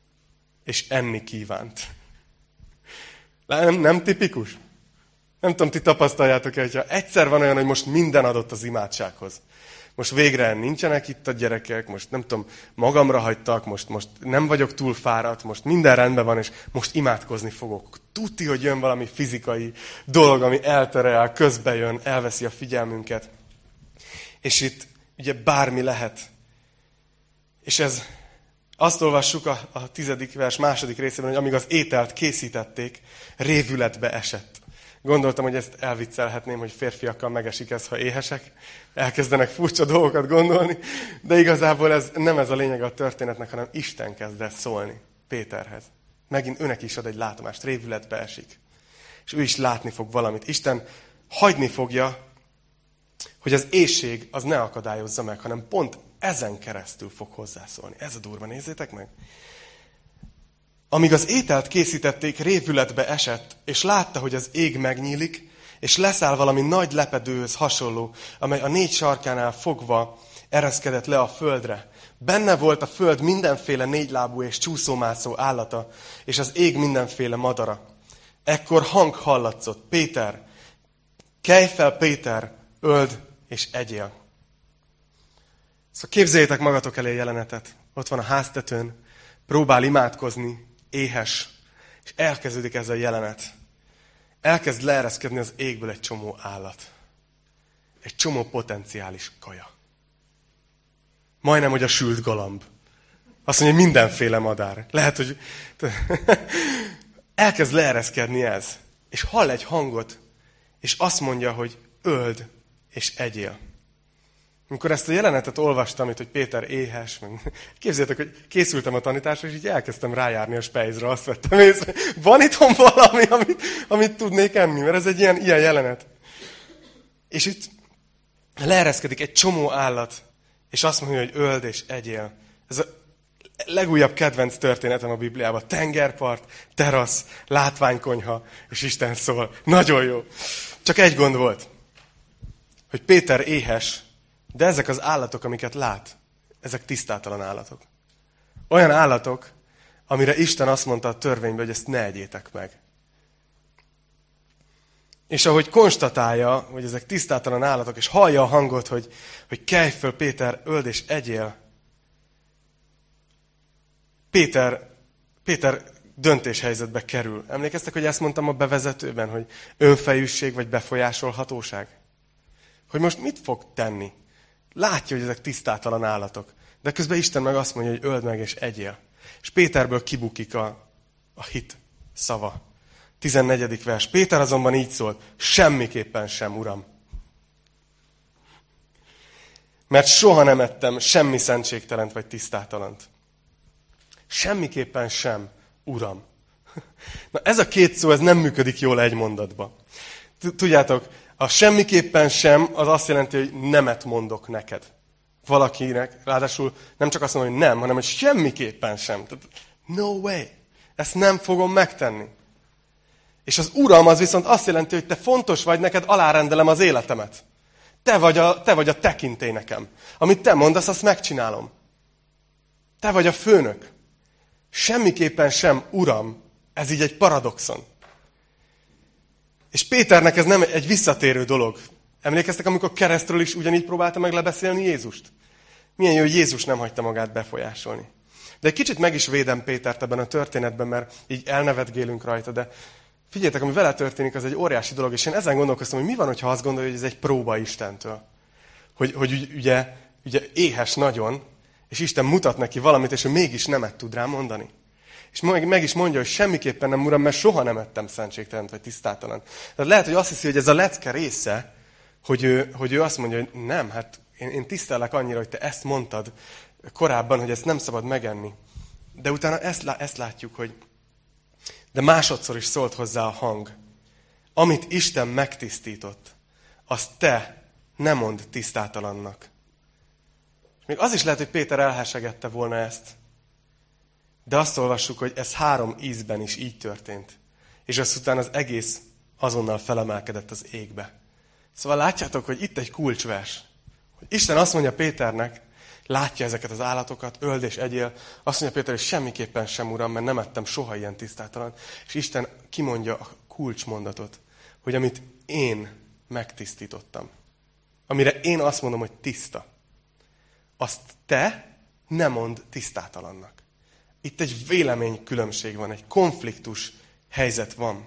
S1: És enni kívánt. Nem, nem tipikus? Nem tudom, ti tapasztaljátok-e, hogyha egyszer van olyan, hogy most minden adott az imádsághoz. Most végre nincsenek itt a gyerekek, most nem tudom, magamra hagytak, most, most nem vagyok túl fáradt, most minden rendben van, és most imádkozni fogok. Tudti, hogy jön valami fizikai dolog, ami elterel, közbe jön, elveszi a figyelmünket. És itt ugye bármi lehet. És ez, azt olvassuk a, a tizedik vers második részében, hogy amíg az ételt készítették, révületbe esett. Gondoltam, hogy ezt elviccelhetném, hogy férfiakkal megesik ez, ha éhesek. Elkezdenek furcsa dolgokat gondolni. De igazából ez nem ez a lényeg a történetnek, hanem Isten kezd el szólni Péterhez. Megint őnek is ad egy látomást, révületbe esik. És ő is látni fog valamit. Isten hagyni fogja, hogy az éhség az ne akadályozza meg, hanem pont ezen keresztül fog hozzászólni. Ez a durva, nézzétek meg. Amíg az ételt készítették, révületbe esett, és látta, hogy az ég megnyílik, és leszáll valami nagy lepedőhöz hasonló, amely a négy sarkánál fogva ereszkedett le a földre. Benne volt a föld mindenféle négylábú és csúszómászó állata, és az ég mindenféle madara. Ekkor hang hallatszott: Péter, kelj fel, Péter, öld és egyél. Szóval képzeljétek magatok elé jelenetet. Ott van a háztetőn, próbál imádkozni, éhes, és elkezdődik ez a jelenet. Elkezd leereszkedni az égből egy csomó állat. Egy csomó potenciális kaja. Majdnem, hogy a sült galamb. Azt mondja, hogy mindenféle madár. Lehet, hogy elkezd leereszkedni ez. És hall egy hangot, és azt mondja, hogy öld és egyél. Amikor ezt a jelenetet olvastam, itt, hogy Péter éhes, meg... képzeljétek, hogy készültem a tanításra, és így elkezdtem rájárni a spejzre, azt vettem észre. Van itthon valami, amit, amit tudnék enni, mert ez egy ilyen, ilyen jelenet. És itt leereszkedik egy csomó állat, és azt mondja, hogy öld és egyél. Ez a legújabb kedvenc történetem a Bibliában. Tengerpart, terasz, látványkonyha, és Isten szól. Nagyon jó. Csak egy gond volt, hogy Péter éhes, de ezek az állatok, amiket lát, ezek tisztátalan állatok. Olyan állatok, amire Isten azt mondta a törvényben, hogy ezt ne egyétek meg. És ahogy konstatálja, hogy ezek tisztátalan állatok, és hallja a hangot, hogy, hogy kelj föl, Péter, öld és egyél, Péter, Péter döntéshelyzetbe kerül. Emlékeztek, hogy ezt mondtam a bevezetőben, hogy önfejűség vagy befolyásolhatóság? Hogy most mit fog tenni? Látja, hogy ezek tisztátalan állatok. De közben Isten meg azt mondja, hogy öld meg és egyél. És Péterből kibukik a, a hit szava. tizennegyedik vers. Péter azonban így szólt: semmiképpen sem, Uram. Mert soha nem ettem semmi szentségtelent vagy tisztátalant. Semmiképpen sem, Uram. Na ez a két szó, ez nem működik jól egy mondatba. Tudjátok, a semmiképpen sem, az azt jelenti, hogy nemet mondok neked. Valakinek, ráadásul nem csak azt mondom, hogy nem, hanem hogy semmiképpen sem. No way. Ezt nem fogom megtenni. És az Uram az viszont azt jelenti, hogy te fontos vagy, neked alárendelem az életemet. Te vagy a, te vagy a tekintély nekem. Amit te mondasz, azt megcsinálom. Te vagy a főnök. Semmiképpen sem, Uram. Ez így egy paradoxon. És Péternek ez nem egy visszatérő dolog. Emlékeztek, amikor keresztről is ugyanígy próbálta meg lebeszélni Jézust? Milyen jó, hogy Jézus nem hagyta magát befolyásolni. De egy kicsit meg is védem Pétert ebben a történetben, mert így elnevetgélünk rajta, de figyeljetek, ami vele történik, az egy óriási dolog, és én ezen gondolkoztam, hogy mi van, ha azt gondolja, hogy ez egy próba Istentől. Hogy, hogy ugye, ugye éhes nagyon, és Isten mutat neki valamit, és ő mégis nemet tud rá mondani. És meg is mondja, hogy semmiképpen nem, Uram, mert soha nem ettem szentségtelent vagy tisztátalan. Tehát lehet, hogy azt hiszi, hogy ez a lecke része, hogy ő, hogy ő azt mondja, hogy nem, hát én, én tisztellek annyira, hogy te ezt mondtad korábban, hogy ezt nem szabad megenni. De utána ezt, ezt látjuk, hogy de másodszor is szólt hozzá a hang. Amit Isten megtisztított, azt te ne mondd tisztátalannak. És még az is lehet, hogy Péter elhessegette volna ezt. De azt olvassuk, hogy ez három ízben is így történt. És azután az egész azonnal felemelkedett az égbe. Szóval látjátok, hogy itt egy kulcsvers. Hogy Isten azt mondja Péternek, látja ezeket az állatokat, öld és egyél. Azt mondja Péter, hogy semmiképpen sem, Uram, mert nem ettem soha ilyen tisztátalan. És Isten kimondja a kulcsmondatot, hogy amit én megtisztítottam, amire én azt mondom, hogy tiszta, azt te ne mondd tisztátalannak. Itt egy véleménykülönbség van, egy konfliktus helyzet van.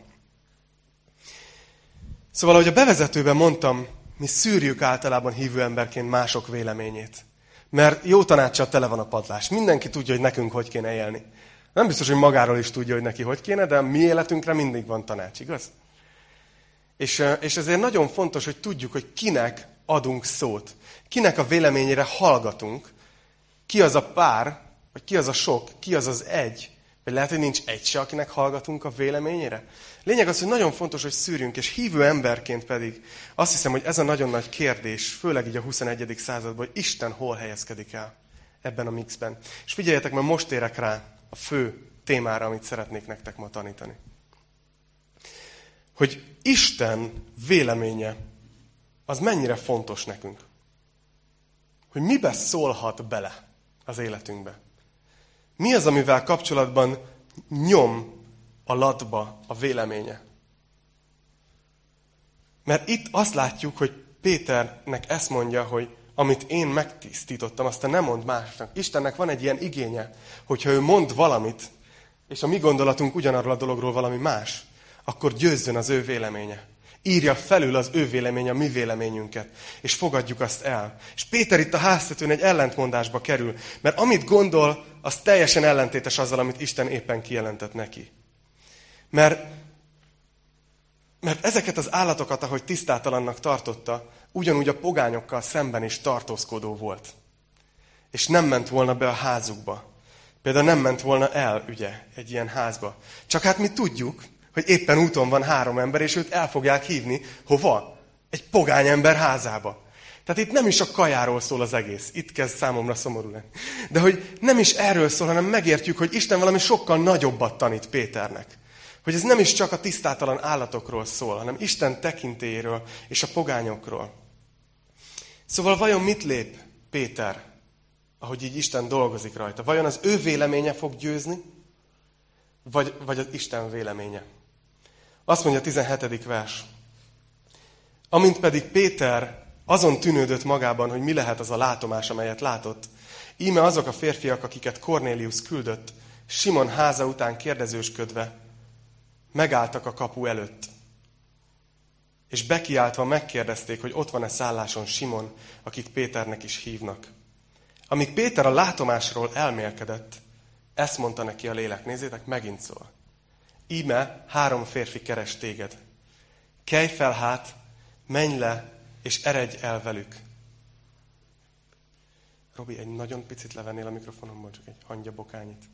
S1: Szóval, ahogy a bevezetőben mondtam, mi szűrjük általában hívő emberként mások véleményét. Mert jó tanáccsal tele van a padlás. Mindenki tudja, hogy nekünk hogy kéne élni. Nem biztos, hogy magáról is tudja, hogy neki hogy kéne, de a mi életünkre mindig van tanács, igaz? És, és ezért nagyon fontos, hogy tudjuk, hogy kinek adunk szót. Kinek a véleményére hallgatunk. Ki az a pár, vagy ki az a sok, ki az az egy, vagy lehet, hogy nincs egy se, akinek hallgatunk a véleményére. Lényeg az, hogy nagyon fontos, hogy szűrjünk, és hívő emberként pedig azt hiszem, hogy ez a nagyon nagy kérdés, főleg így a huszonegyedik században, hogy Isten hol helyezkedik el ebben a mixben. És figyeljetek, mert most érek rá a fő témára, amit szeretnék nektek ma tanítani. Hogy Isten véleménye az mennyire fontos nekünk. Hogy mibe szólhat bele az életünkbe. Mi az, amivel kapcsolatban nyom a latba a véleménye. Mert itt azt látjuk, hogy Péternek ezt mondja, hogy amit én megtisztítottam, azt te nem mondd másnak. Istennek van egy ilyen igénye, hogyha ő mond valamit, és a mi gondolatunk ugyanarról a dologról valami más, akkor győzzön az ő véleménye. Írja felül az ő véleménye a mi véleményünket, és fogadjuk azt el. És Péter itt a háztetőn egy ellentmondásba kerül, mert amit gondol, az teljesen ellentétes azzal, amit Isten éppen kijelentett neki. Mert, mert ezeket az állatokat, ahogy tisztátalannak tartotta, ugyanúgy a pogányokkal szemben is tartózkodó volt. És nem ment volna be a házukba. Például nem ment volna el, ugye, egy ilyen házba. Csak hát mi tudjuk, hogy éppen úton van három ember, és őt el fogják hívni, hova? Egy pogány ember házába. Tehát itt nem is a kajáról szól az egész. Itt kezd számomra szomorú lenni. De hogy nem is erről szól, hanem megértjük, hogy Isten valami sokkal nagyobbat tanít Péternek. Hogy ez nem is csak a tisztátalan állatokról szól, hanem Isten tekintélyéről és a pogányokról. Szóval vajon mit lép Péter, ahogy így Isten dolgozik rajta? Vajon az ő véleménye fog győzni, vagy, vagy az Isten véleménye? Azt mondja a tizenhetedik vers. Amint pedig Péter azon tűnődött magában, hogy mi lehet az a látomás, amelyet látott, íme azok a férfiak, akiket Kornélius küldött, Simon háza után kérdezősködve, megálltak a kapu előtt. És bekiáltva megkérdezték, hogy ott van-e szálláson Simon, akit Péternek is hívnak. Amíg Péter a látomásról elmélkedett, ezt mondta neki a lélek. Nézzétek, megint szól. Íme három férfi keres téged. Kelj fel hát, menj le, és eredj el velük. Robi, egy nagyon picit levennél a mikrofonomból, csak egy hangyabokányit.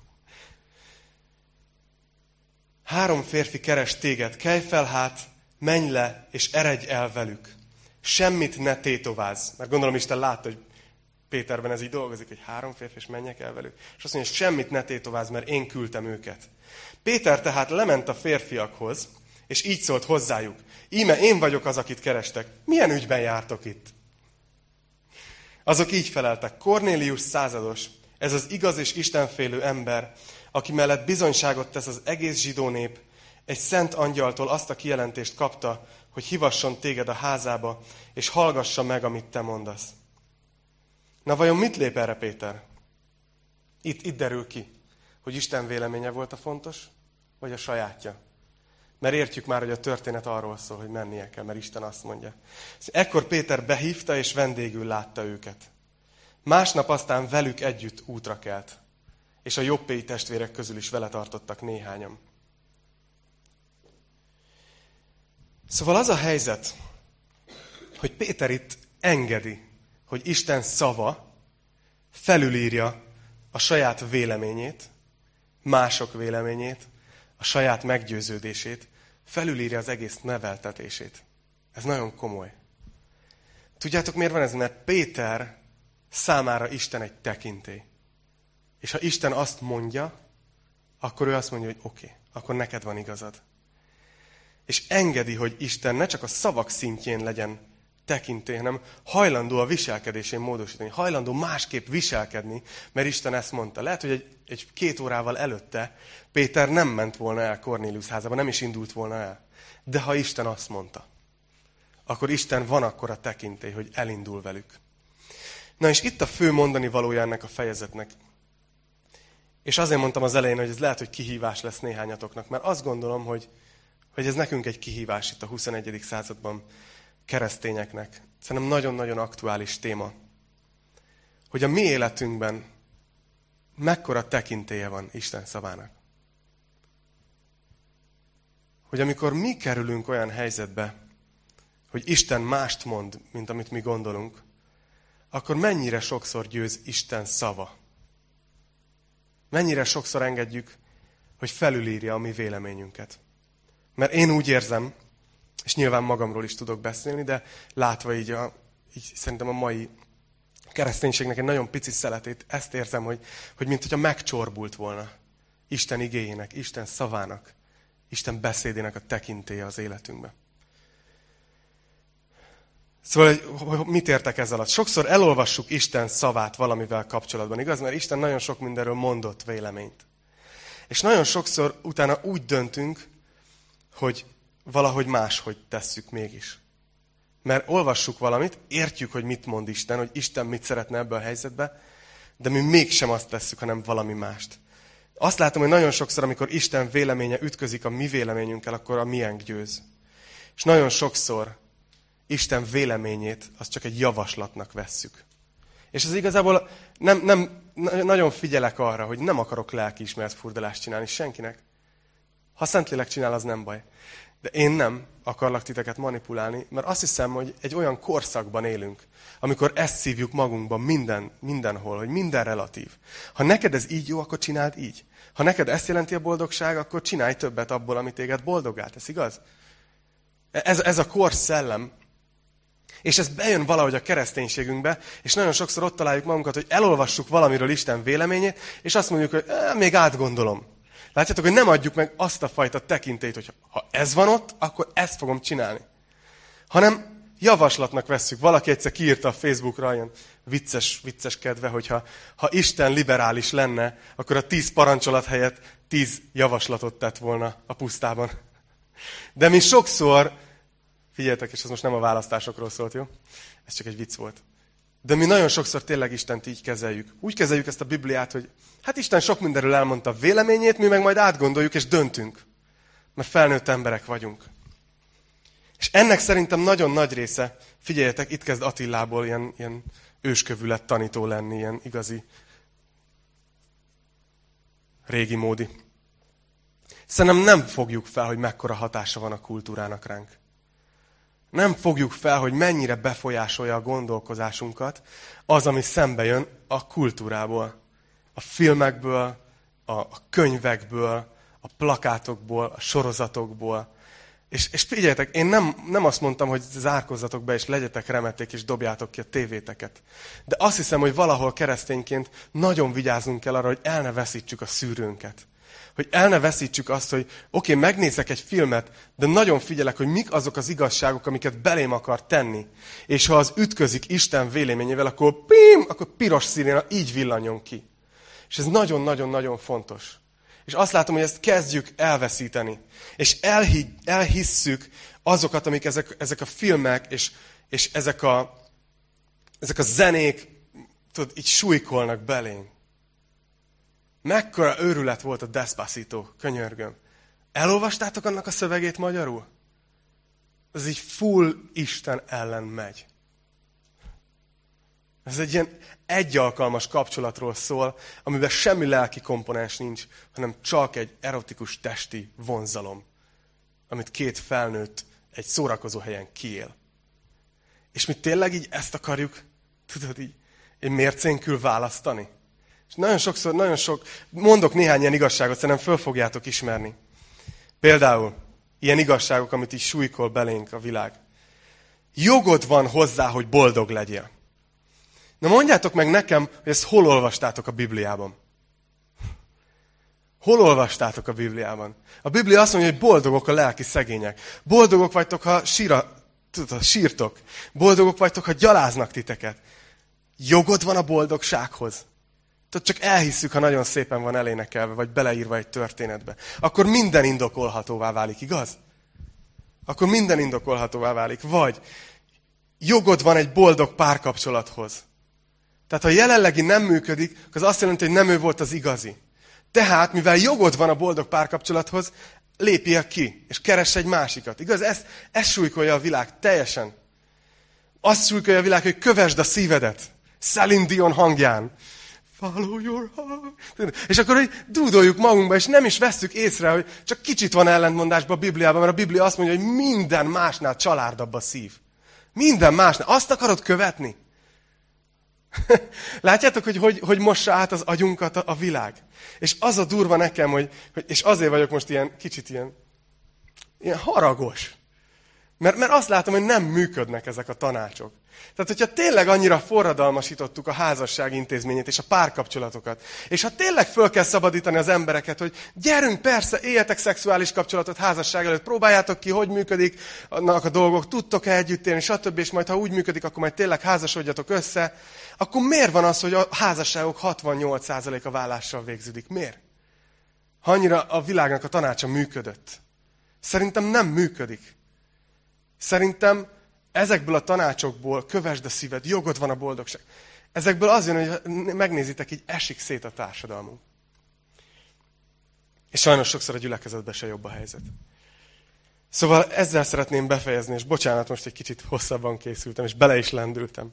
S1: Három férfi keres téged. Kelj fel hát, menj le, és eredj el velük. Semmit ne tétovázz. Mert gondolom Isten látta, hogy Péterben ez így dolgozik, hogy három férfi, és menjek el velük. És azt mondja, hogy semmit ne tétovázz, mert én küldtem őket. Péter tehát lement a férfiakhoz, és így szólt hozzájuk. Íme én vagyok az, akit kerestek. Milyen ügyben jártok itt? Azok így feleltek. Kornélius százados, ez az igaz és istenfélő ember, aki mellett bizonyságot tesz az egész zsidó nép, egy szent angyaltól azt a kijelentést kapta, hogy hívasson téged a házába, és hallgassa meg, amit te mondasz. Na vajon mit lép erre Péter? Itt, itt derül ki, hogy Isten véleménye volt a fontos, vagy a sajátja. Mert értjük már, hogy a történet arról szól, hogy mennie kell, mert Isten azt mondja. Ekkor Péter behívta, és vendégül látta őket. Másnap aztán velük együtt útra kelt, és a jobbéi testvérek közül is vele tartottak néhányan. Szóval az a helyzet, hogy Péter itt engedi, hogy Isten szava felülírja a saját véleményét, mások véleményét, a saját meggyőződését, felülírja az egész neveltetését. Ez nagyon komoly. Tudjátok, miért van ez? Mert Péter számára Isten egy tekintély. És ha Isten azt mondja, akkor ő azt mondja, hogy oké, okay, akkor neked van igazad. És engedi, hogy Isten ne csak a szavak szintjén legyen tekintély, hanem hajlandó a viselkedésén módosítani, hajlandó másképp viselkedni, mert Isten ezt mondta. Lehet, hogy egy, egy két órával előtte Péter nem ment volna el Kornélius házába, nem is indult volna el. De ha Isten azt mondta, akkor Isten van akkor a tekintély, hogy elindul velük. Na és itt a fő mondani valója ennek a fejezetnek. És azért mondtam az elején, hogy ez lehet, hogy kihívás lesz néhányatoknak, mert azt gondolom, hogy, hogy ez nekünk egy kihívás itt a huszonegyedik században, keresztényeknek. Szerintem nagyon-nagyon aktuális téma. Hogy a mi életünkben mekkora tekintélye van Isten szavának. Hogy amikor mi kerülünk olyan helyzetbe, hogy Isten mást mond, mint amit mi gondolunk, akkor mennyire sokszor győz Isten szava. Mennyire sokszor engedjük, hogy felülírja a mi véleményünket. Mert én úgy érzem, és nyilván magamról is tudok beszélni, de látva így, a, így szerintem a mai kereszténységnek egy nagyon pici szeletét, ezt érzem, hogy, hogy mint hogyha megcsorbult volna Isten igéjének, Isten szavának, Isten beszédének a tekintélye az életünkben. Szóval mit értek ezzel alatt? Sokszor elolvassuk Isten szavát valamivel kapcsolatban, igaz? Mert Isten nagyon sok mindenről mondott véleményt. És nagyon sokszor utána úgy döntünk, hogy valahogy máshogy tesszük mégis. Mert olvassuk valamit, értjük, hogy mit mond Isten, hogy Isten mit szeretne ebbe a helyzetbe, de mi mégsem azt tesszük, hanem valami mást. Azt látom, hogy nagyon sokszor, amikor Isten véleménye ütközik a mi véleményünkkel, akkor a miénk győz. És nagyon sokszor Isten véleményét azt csak egy javaslatnak vesszük. És ez igazából nem, nem, nagyon figyelek arra, hogy nem akarok lelkiismeret furdalást csinálni senkinek. Ha Szentlélek csinál, az nem baj. De én nem akarlak titeket manipulálni, mert azt hiszem, hogy egy olyan korszakban élünk, amikor ezt szívjuk magunkban minden, mindenhol, hogy minden relatív. Ha neked ez így jó, akkor csináld így. Ha neked ezt jelenti a boldogság, akkor csinálj többet abból, amit téged boldoggá tesz, igaz? Ez, ez a korszellem. És ez bejön valahogy a kereszténységünkbe, és nagyon sokszor ott találjuk magunkat, hogy elolvassuk valamiről Isten véleményét, és azt mondjuk, hogy eh, még átgondolom. Látjátok, hogy nem adjuk meg azt a fajta tekintélyt, hogy ha ez van ott, akkor ezt fogom csinálni. Hanem javaslatnak vesszük. Valaki egyszer kiírta a Facebookra, ilyen vicces, vicces kedve, hogy ha, ha Isten liberális lenne, akkor a tíz parancsolat helyett tíz javaslatot tett volna a pusztában. De mi sokszor, figyeljetek, és ez most nem a választásokról szólt, jó? Ez csak egy vicc volt. De mi nagyon sokszor tényleg Istent így kezeljük. Úgy kezeljük ezt a Bibliát, hogy hát Isten sok mindenről elmondta a véleményét, mi meg majd átgondoljuk és döntünk. Mert felnőtt emberek vagyunk. És ennek szerintem nagyon nagy része, figyeljetek, itt kezd Attilából ilyen, ilyen őskövület tanító lenni, ilyen igazi régi módi. Szerintem nem fogjuk fel, hogy mekkora hatása van a kultúrának ránk. Nem fogjuk fel, hogy mennyire befolyásolja a gondolkozásunkat az, ami szembe jön a kultúrából. A filmekből, a könyvekből, a plakátokból, a sorozatokból. És, és figyeljetek, én nem, nem azt mondtam, hogy zárkozzatok be, és legyetek remették, és dobjátok ki a tévéteket. De azt hiszem, hogy valahol keresztényként nagyon vigyázzunk kell arra, hogy el ne veszítsük a szűrőnket. Hogy el ne veszítsük azt, hogy oké, okay, megnézek egy filmet, de nagyon figyelek, hogy mik azok az igazságok, amiket belém akar tenni. És ha az ütközik Isten véleményével, akkor pim, akkor piros sziréna így villanjon ki. És ez nagyon-nagyon-nagyon fontos. És azt látom, hogy ezt kezdjük elveszíteni. És elhigy, elhisszük azokat, amik ezek, ezek a filmek, és, és ezek, a, ezek a zenék, tudod, így súlykolnak belénk. Mekkora őrület volt a Despacito, könyörgöm. Elolvastátok annak a szövegét magyarul? Ez így full Isten ellen megy. Ez egy ilyen egyalkalmas kapcsolatról szól, amiben semmi lelki komponens nincs, hanem csak egy erotikus testi vonzalom, amit két felnőtt egy szórakozó helyen kiél. És mi tényleg így ezt akarjuk, tudod így, egy mércénkül választani? És nagyon sokszor, nagyon sok, mondok néhány ilyen igazságot, szerintem föl fogjátok ismerni. Például ilyen igazságok, amit így súlykol belénk a világ. Jogod van hozzá, hogy boldog legyél. Na mondjátok meg nekem, hogy ezt hol olvastátok a Bibliában? Hol olvastátok a Bibliában? A Biblia azt mondja, hogy boldogok a lelki szegények. Boldogok vagytok, ha síra, tudod, sírtok. Boldogok vagytok, ha gyaláznak titeket. Jogod van a boldogsághoz. Tehát csak elhisszük, ha nagyon szépen van elénekelve, vagy beleírva egy történetbe. Akkor minden indokolhatóvá válik, igaz? Akkor minden indokolhatóvá válik. Vagy jogod van egy boldog párkapcsolathoz. Tehát ha jelenlegi nem működik, az azt jelenti, hogy nem ő volt az igazi. Tehát, mivel jogod van a boldog párkapcsolathoz, lépjél ki, és keress egy másikat. Igaz? Ezt, ezt súlykolja a világ teljesen. Azt súlykolja a világ, hogy kövesd a szívedet. Celine Dion hangján. Follow your heart. És akkor hogy dúdoljuk magunkba, és nem is vesszük észre, hogy csak kicsit van ellentmondásban a Bibliában, mert a Biblia azt mondja, hogy minden másnál csalárdabb a szív. Minden másnál. Azt akarod követni? Látjátok, hogy, hogy hogy mossa át az agyunkat a, a világ? És az a durva nekem, hogy, hogy és azért vagyok most ilyen kicsit ilyen, ilyen haragos. Mert, mert azt látom, hogy nem működnek ezek a tanácsok. Tehát, hogyha tényleg annyira forradalmasítottuk a házasság intézményét és a párkapcsolatokat, és ha tényleg föl kell szabadítani az embereket, hogy gyerünk, persze, éljetek szexuális kapcsolatot házasság előtt, próbáljátok ki, hogy működik annak a dolgok, tudtok-e együtt élni, stb. És majd, ha úgy működik, akkor majd tényleg házasodjatok össze, akkor miért van az, hogy a házasságok hatvannyolc százaléka vállással végződik? Miért? Ha annyira a világnak a tanácsa működött. Szerintem nem működik. Szerintem ezekből a tanácsokból kövesd a szíved, jogod van a boldogság. Ezekből az jön, hogy megnézitek, így esik szét a társadalmunk. És sajnos sokszor a gyülekezetben se jobb a helyzet. Szóval ezzel szeretném befejezni, és bocsánat, most egy kicsit hosszabban készültem, és bele is lendültem.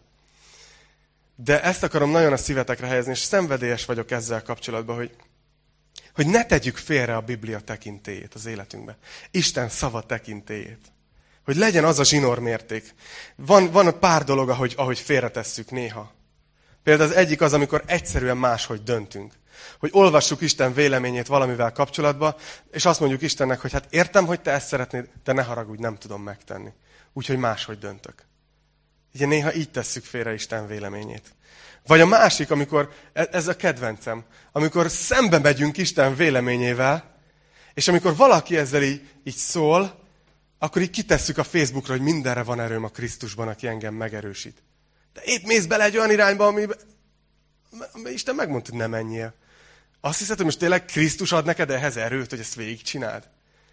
S1: De ezt akarom nagyon a szívetekre helyezni, és szenvedélyes vagyok ezzel kapcsolatban, hogy, hogy ne tegyük félre a Biblia tekintélyét az életünkbe. Isten szava tekintélyét. Hogy legyen az a zsinórmérték. Van, van pár dolog, ahogy, ahogy félretesszük néha. Például az egyik az, amikor egyszerűen máshogy döntünk. Hogy olvassuk Isten véleményét valamivel kapcsolatban, és azt mondjuk Istennek, hogy hát értem, hogy te ezt szeretnéd, de ne haragudj, nem tudom megtenni. Úgyhogy máshogy döntök. Ugye néha így tesszük félre Isten véleményét. Vagy a másik, amikor, ez a kedvencem, amikor szembe megyünk Isten véleményével, és amikor valaki ezzel így, így szól, akkor így kitesszük a Facebookra, hogy mindenre van erőm a Krisztusban, aki engem megerősít. De épp mész bele egy olyan irányba, amiben Isten megmondta, hogy ne menjél. Azt hiszed, hogy most tényleg Krisztus ad neked ehhez erőt, hogy ezt végigcsináld?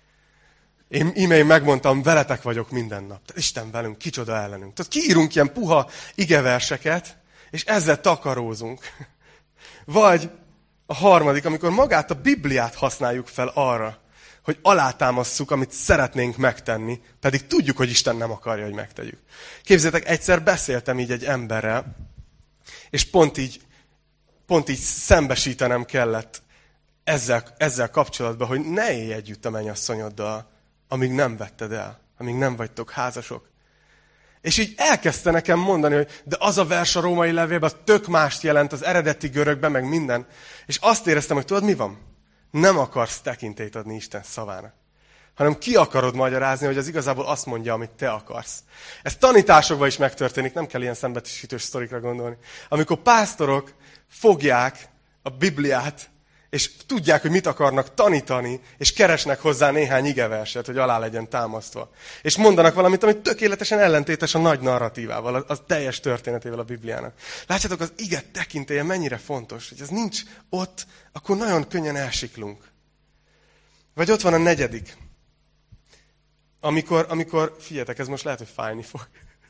S1: Én íme megmondtam, veletek vagyok minden nap. Tehát Isten velünk, kicsoda ellenünk. Tehát kiírunk ilyen puha igeverseket, és ezzel takarózunk. Vagy a harmadik, amikor magát a Bibliát használjuk fel arra, hogy alátámasszuk, amit szeretnénk megtenni, pedig tudjuk, hogy Isten nem akarja, hogy megtegyük. Képzeljétek, egyszer beszéltem így egy emberrel, és pont így, pont így szembesítenem kellett ezzel, ezzel kapcsolatban, hogy ne élj együtt a mennyasszonyoddal, amíg nem vetted el, amíg nem vagytok házasok. És így elkezdte nekem mondani, hogy de az a vers a római levélben, az tök mást jelent az eredeti görögben, meg minden. És azt éreztem, hogy tudod, mi van? Nem akarsz tekintélyt adni Isten szavának, hanem ki akarod magyarázni, hogy az igazából azt mondja, amit te akarsz. Ez tanításokban is megtörténik, nem kell ilyen szembesítős sztorikra gondolni. Amikor pásztorok fogják a Bibliát, és tudják, hogy mit akarnak tanítani, és keresnek hozzá néhány igeverset, hogy alá legyen támasztva. És mondanak valamit, ami tökéletesen ellentétes a nagy narratívával, a, a teljes történetével a Bibliának. Látjátok, az ige tekintélye mennyire fontos, hogy ez nincs ott, akkor nagyon könnyen elsiklunk. Vagy ott van a negyedik. Amikor, amikor figyeljetek, ez most lehet, hogy fájni fog.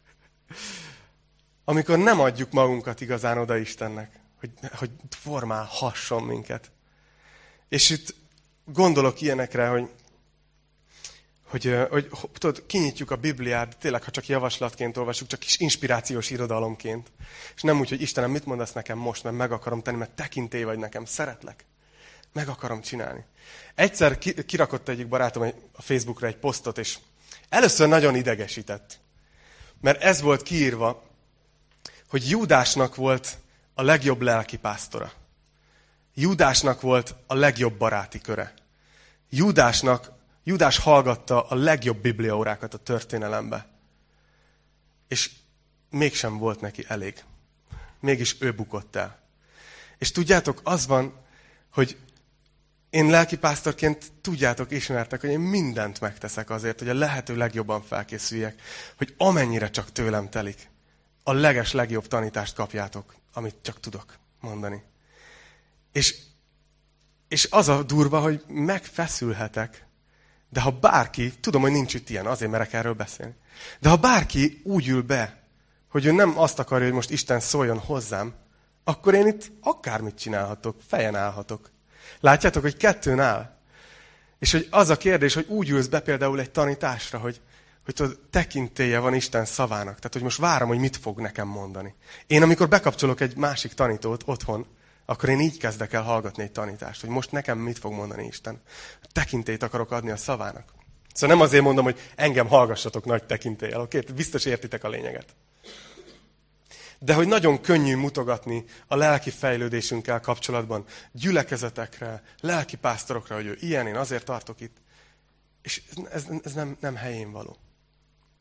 S1: Amikor nem adjuk magunkat igazán oda Istennek, hogy, hogy formálhasson minket. És itt gondolok ilyenekre, hogy, hogy, hogy, hogy tudod, kinyitjuk a Bibliát, tényleg, ha csak javaslatként olvasjuk, csak kis inspirációs irodalomként. És nem úgy, hogy Istenem, mit mondasz nekem most, mert meg akarom tenni, mert tekintély vagy nekem, szeretlek. Meg akarom csinálni. Egyszer kirakott egyik barátom a Facebookra egy posztot, és először nagyon idegesített. Mert ez volt kiírva, hogy Júdásnak volt a legjobb lelkipásztora. Júdásnak volt a legjobb baráti köre. Júdásnak, Júdás hallgatta a legjobb bibliaórákat a történelembe. És mégsem volt neki elég. Mégis ő bukott el. És tudjátok, az van, hogy én lelkipásztorként tudjátok, ismertek, hogy én mindent megteszek azért, hogy a lehető legjobban felkészüljek, hogy amennyire csak tőlem telik, a leges legjobb tanítást kapjátok, amit csak tudok mondani. És, és az a durva, hogy megfeszülhetek, de ha bárki, tudom, hogy nincs itt ilyen, azért merek erről beszélni, de ha bárki úgy ül be, hogy ő nem azt akarja, hogy most Isten szóljon hozzám, akkor én itt akármit csinálhatok, fejen állhatok. Látjátok, hogy kettőn áll. És hogy az a kérdés, hogy úgy ülsz be például egy tanításra, hogy, hogy tudod, tekintélye van Isten szavának. Tehát, hogy most várom, hogy mit fog nekem mondani. Én amikor bekapcsolok egy másik tanítót otthon, akkor én így kezdek el hallgatni egy tanítást, hogy most nekem mit fog mondani Isten. Tekintélyt akarok adni a szavának. Szóval nem azért mondom, hogy engem hallgassatok nagy tekintéllyel, oké? Biztos értitek a lényeget. De hogy nagyon könnyű mutogatni a lelki fejlődésünkkel kapcsolatban gyülekezetekre, lelki pásztorokra, hogy ő ilyen, én azért tartok itt. És ez, ez nem, nem helyén való.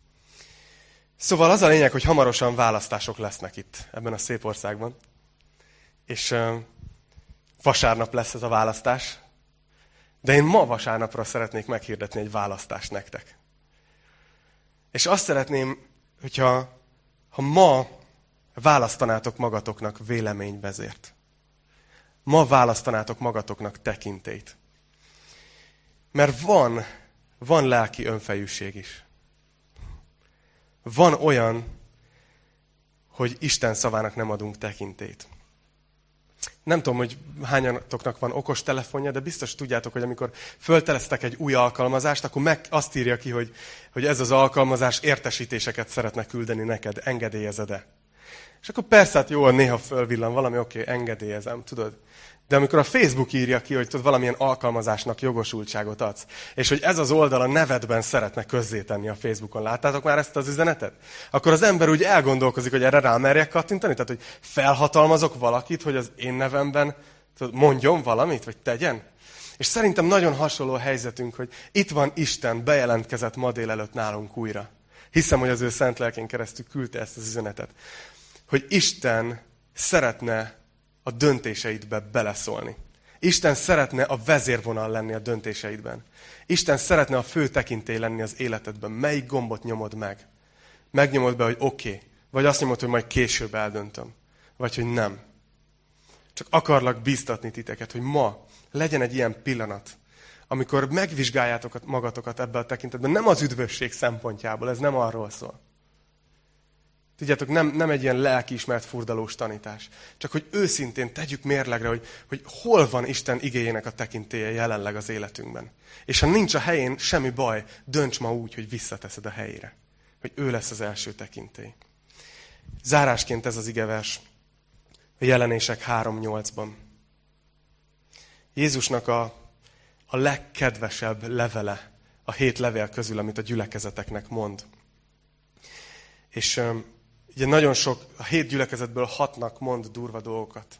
S1: Szóval az a lényeg, hogy hamarosan választások lesznek itt, ebben a szép országban. És uh, vasárnap lesz ez a választás. De én ma vasárnapra szeretnék meghirdetni egy választást nektek. És azt szeretném, hogyha ha ma választanátok magatoknak véleményvezért. Ma választanátok magatoknak tekintélyt. Mert van, van lelki önfejűség is. Van olyan, hogy Isten szavának nem adunk tekintélyt. Nem tudom, hogy hányatoknak van okos telefonja, de biztos tudjátok, hogy amikor fölteleztek egy új alkalmazást, akkor meg azt írja ki, hogy, hogy ez az alkalmazás értesítéseket szeretne küldeni neked, engedélyezed-e. És akkor persze, hát jó, néha fölvillan valami, oké, okay, engedélyezem, tudod. De amikor a Facebook írja ki, hogy tudod, valamilyen alkalmazásnak jogosultságot adsz, és hogy ez az oldal a nevedben szeretne közzétenni a Facebookon, láttátok már ezt az üzenetet? Akkor az ember úgy elgondolkozik, hogy erre rámerjek kattintani, tehát hogy felhatalmazok valakit, hogy az én nevemben tudod, mondjon valamit, vagy tegyen. És szerintem nagyon hasonló a helyzetünk, hogy itt van Isten, bejelentkezett ma délelőtt nálunk újra. Hiszem, hogy az ő szent lelkén keresztül küldte ezt az üzenetet. Hogy Isten szeretne a döntéseidbe beleszólni. Isten szeretne a vezérvonal lenni a döntéseidben. Isten szeretne a fő tekintély lenni az életedben. Melyik gombot nyomod meg? Megnyomod be, hogy oké. Okay. Vagy azt nyomod, hogy majd később eldöntöm. Vagy hogy nem. Csak akarlak bíztatni titeket, hogy ma legyen egy ilyen pillanat, amikor megvizsgáljátok magatokat ebben a tekintetben. Nem az üdvösség szempontjából, ez nem arról szól. Tudjátok, nem, nem egy ilyen lelkiismert furdalós tanítás. Csak hogy őszintén tegyük mérlegre, hogy, hogy hol van Isten igéjének a tekintélye jelenleg az életünkben. És ha nincs a helyén, semmi baj, dönts ma úgy, hogy visszateszed a helyére. Hogy ő lesz az első tekintély. Zárásként ez az igevers a Jelenések három nyolcban. Jézusnak a, a legkedvesebb levele a hét levél közül, amit a gyülekezeteknek mond. És ugye nagyon sok, a hét gyülekezetből hatnak mond durva dolgokat.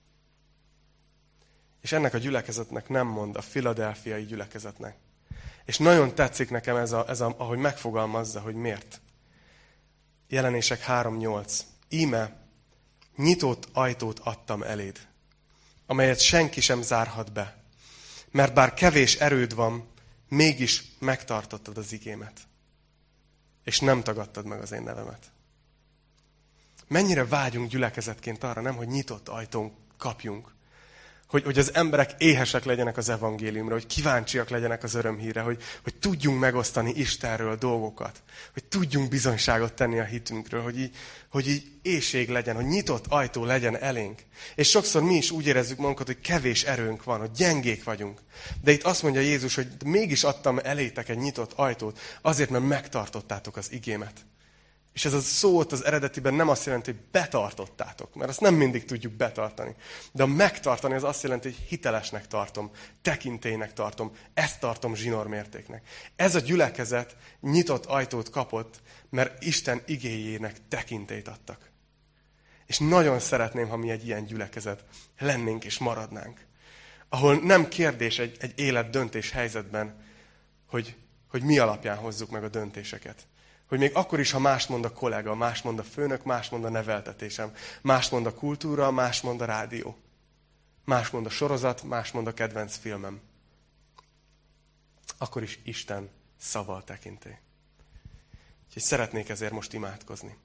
S1: És ennek a gyülekezetnek nem mond, a filadelfiai gyülekezetnek. És nagyon tetszik nekem ez, a, ez a, ahogy megfogalmazza, hogy miért. Jelenések három nyolc. Íme, nyitott ajtót adtam eléd, amelyet senki sem zárhat be. Mert bár kevés erőd van, mégis megtartottad az igémet. És nem tagadtad meg az én nevemet. Mennyire vágyunk gyülekezetként arra, nem, hogy nyitott ajtón kapjunk. Hogy, hogy az emberek éhesek legyenek az evangéliumra, hogy kíváncsiak legyenek az örömhírre, hogy, hogy tudjunk megosztani Istenről dolgokat. Hogy tudjunk bizonyságot tenni a hitünkről, hogy így, hogy így éhség legyen, hogy nyitott ajtó legyen elénk. És sokszor mi is úgy érezzük magunkat, hogy kevés erőnk van, hogy gyengék vagyunk. De itt azt mondja Jézus, hogy mégis adtam elétek egy nyitott ajtót, azért, mert megtartottátok az igémet. És ez a szót az eredetiben nem azt jelenti, hogy betartottátok, mert azt nem mindig tudjuk betartani. De a megtartani az azt jelenti, hogy hitelesnek tartom, tekintélynek tartom, ezt tartom zsinórmértéknek. Ez a gyülekezet nyitott ajtót kapott, mert Isten igéjének tekintélyt adtak. És nagyon szeretném, ha mi egy ilyen gyülekezet lennénk és maradnánk. Ahol nem kérdés egy, egy élet-döntés helyzetben, hogy, hogy mi alapján hozzuk meg a döntéseket. Hogy még akkor is, ha mást mond a kollega, más mond a főnök, más mond a neveltetésem, más mond a kultúra, más mond a rádió. Más mond a sorozat, más mond a kedvenc filmem. Akkor is Isten szava a tekintély. Úgyhogy szeretnék ezért most imádkozni.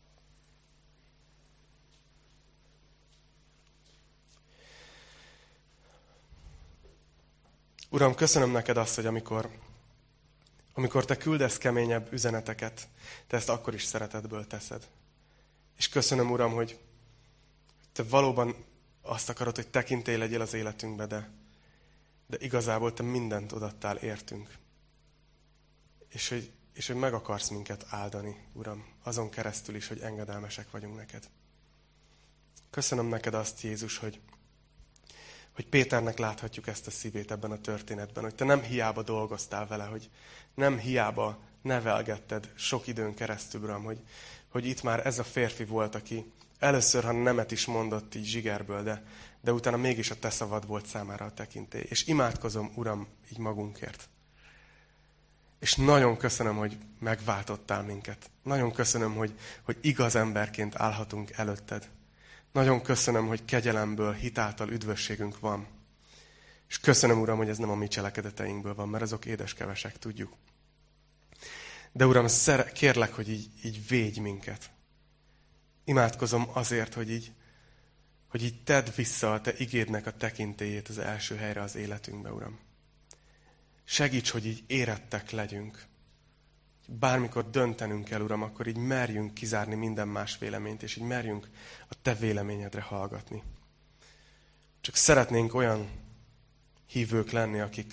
S1: Uram, köszönöm neked azt, hogy amikor... Amikor te küldesz keményebb üzeneteket, te ezt akkor is szeretetből teszed. És köszönöm, Uram, hogy te valóban azt akarod, hogy tekintély legyél az életünkbe, de, de igazából te mindent odattál értünk. És hogy, és hogy meg akarsz minket áldani, Uram, azon keresztül is, hogy engedelmesek vagyunk neked. Köszönöm neked azt, Jézus, hogy, hogy Péternek láthatjuk ezt a szívét ebben a történetben, hogy te nem hiába dolgoztál vele, hogy nem hiába nevelgetted sok időn keresztül, Uram, hogy, hogy itt már ez a férfi volt, aki először, ha nemet is mondott így zsigerből, de, de utána mégis a te szavad volt számára a tekintély. És imádkozom, Uram, így magunkért. És nagyon köszönöm, hogy megváltottál minket. Nagyon köszönöm, hogy, hogy igaz emberként állhatunk előtted. Nagyon köszönöm, hogy kegyelemből, hitáltal üdvösségünk van. És köszönöm, Uram, hogy ez nem a mi cselekedeteinkből van, mert azok édeskevesek, tudjuk. De Uram, szere- kérlek, hogy így, így védj minket. Imádkozom azért, hogy így, hogy így tedd vissza a Te igédnek a tekintélyét az első helyre az életünkbe, Uram. Segíts, hogy így érettek legyünk. Bármikor döntenünk kell, Uram, akkor így merjünk kizárni minden más véleményt, és így merjünk a Te véleményedre hallgatni. Csak szeretnénk olyan hívők lenni, akik,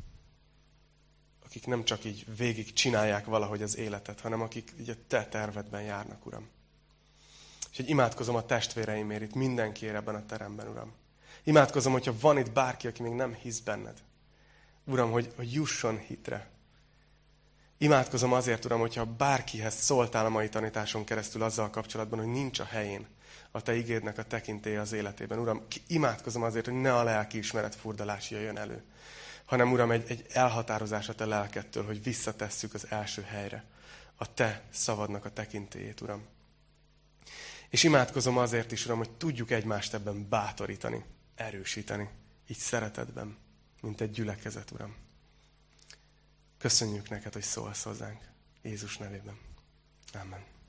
S1: akik nem csak így végig csinálják valahogy az életet, hanem akik így a Te tervedben járnak, Uram. És így imádkozom a testvéreimért, itt mindenkiért ebben a teremben, Uram. Imádkozom, hogyha van itt bárki, aki még nem hisz benned. Uram, hogy, hogy jusson hitre. Imádkozom azért, Uram, hogyha bárkihez szóltál a mai tanításon keresztül azzal kapcsolatban, hogy nincs a helyén a Te igédnek a tekintélye az életében. Uram, imádkozom azért, hogy ne a lelkiismeret furdalás jöjjön elő, hanem, Uram, egy, egy elhatározás a Te lelkettől, hogy visszatesszük az első helyre a Te szavadnak a tekintélyét, Uram. És imádkozom azért is, Uram, hogy tudjuk egymást ebben bátorítani, erősíteni, így szeretetben, mint egy gyülekezet, Uram. Köszönjük neked, hogy szólsz hozzánk. Jézus nevében. Amen.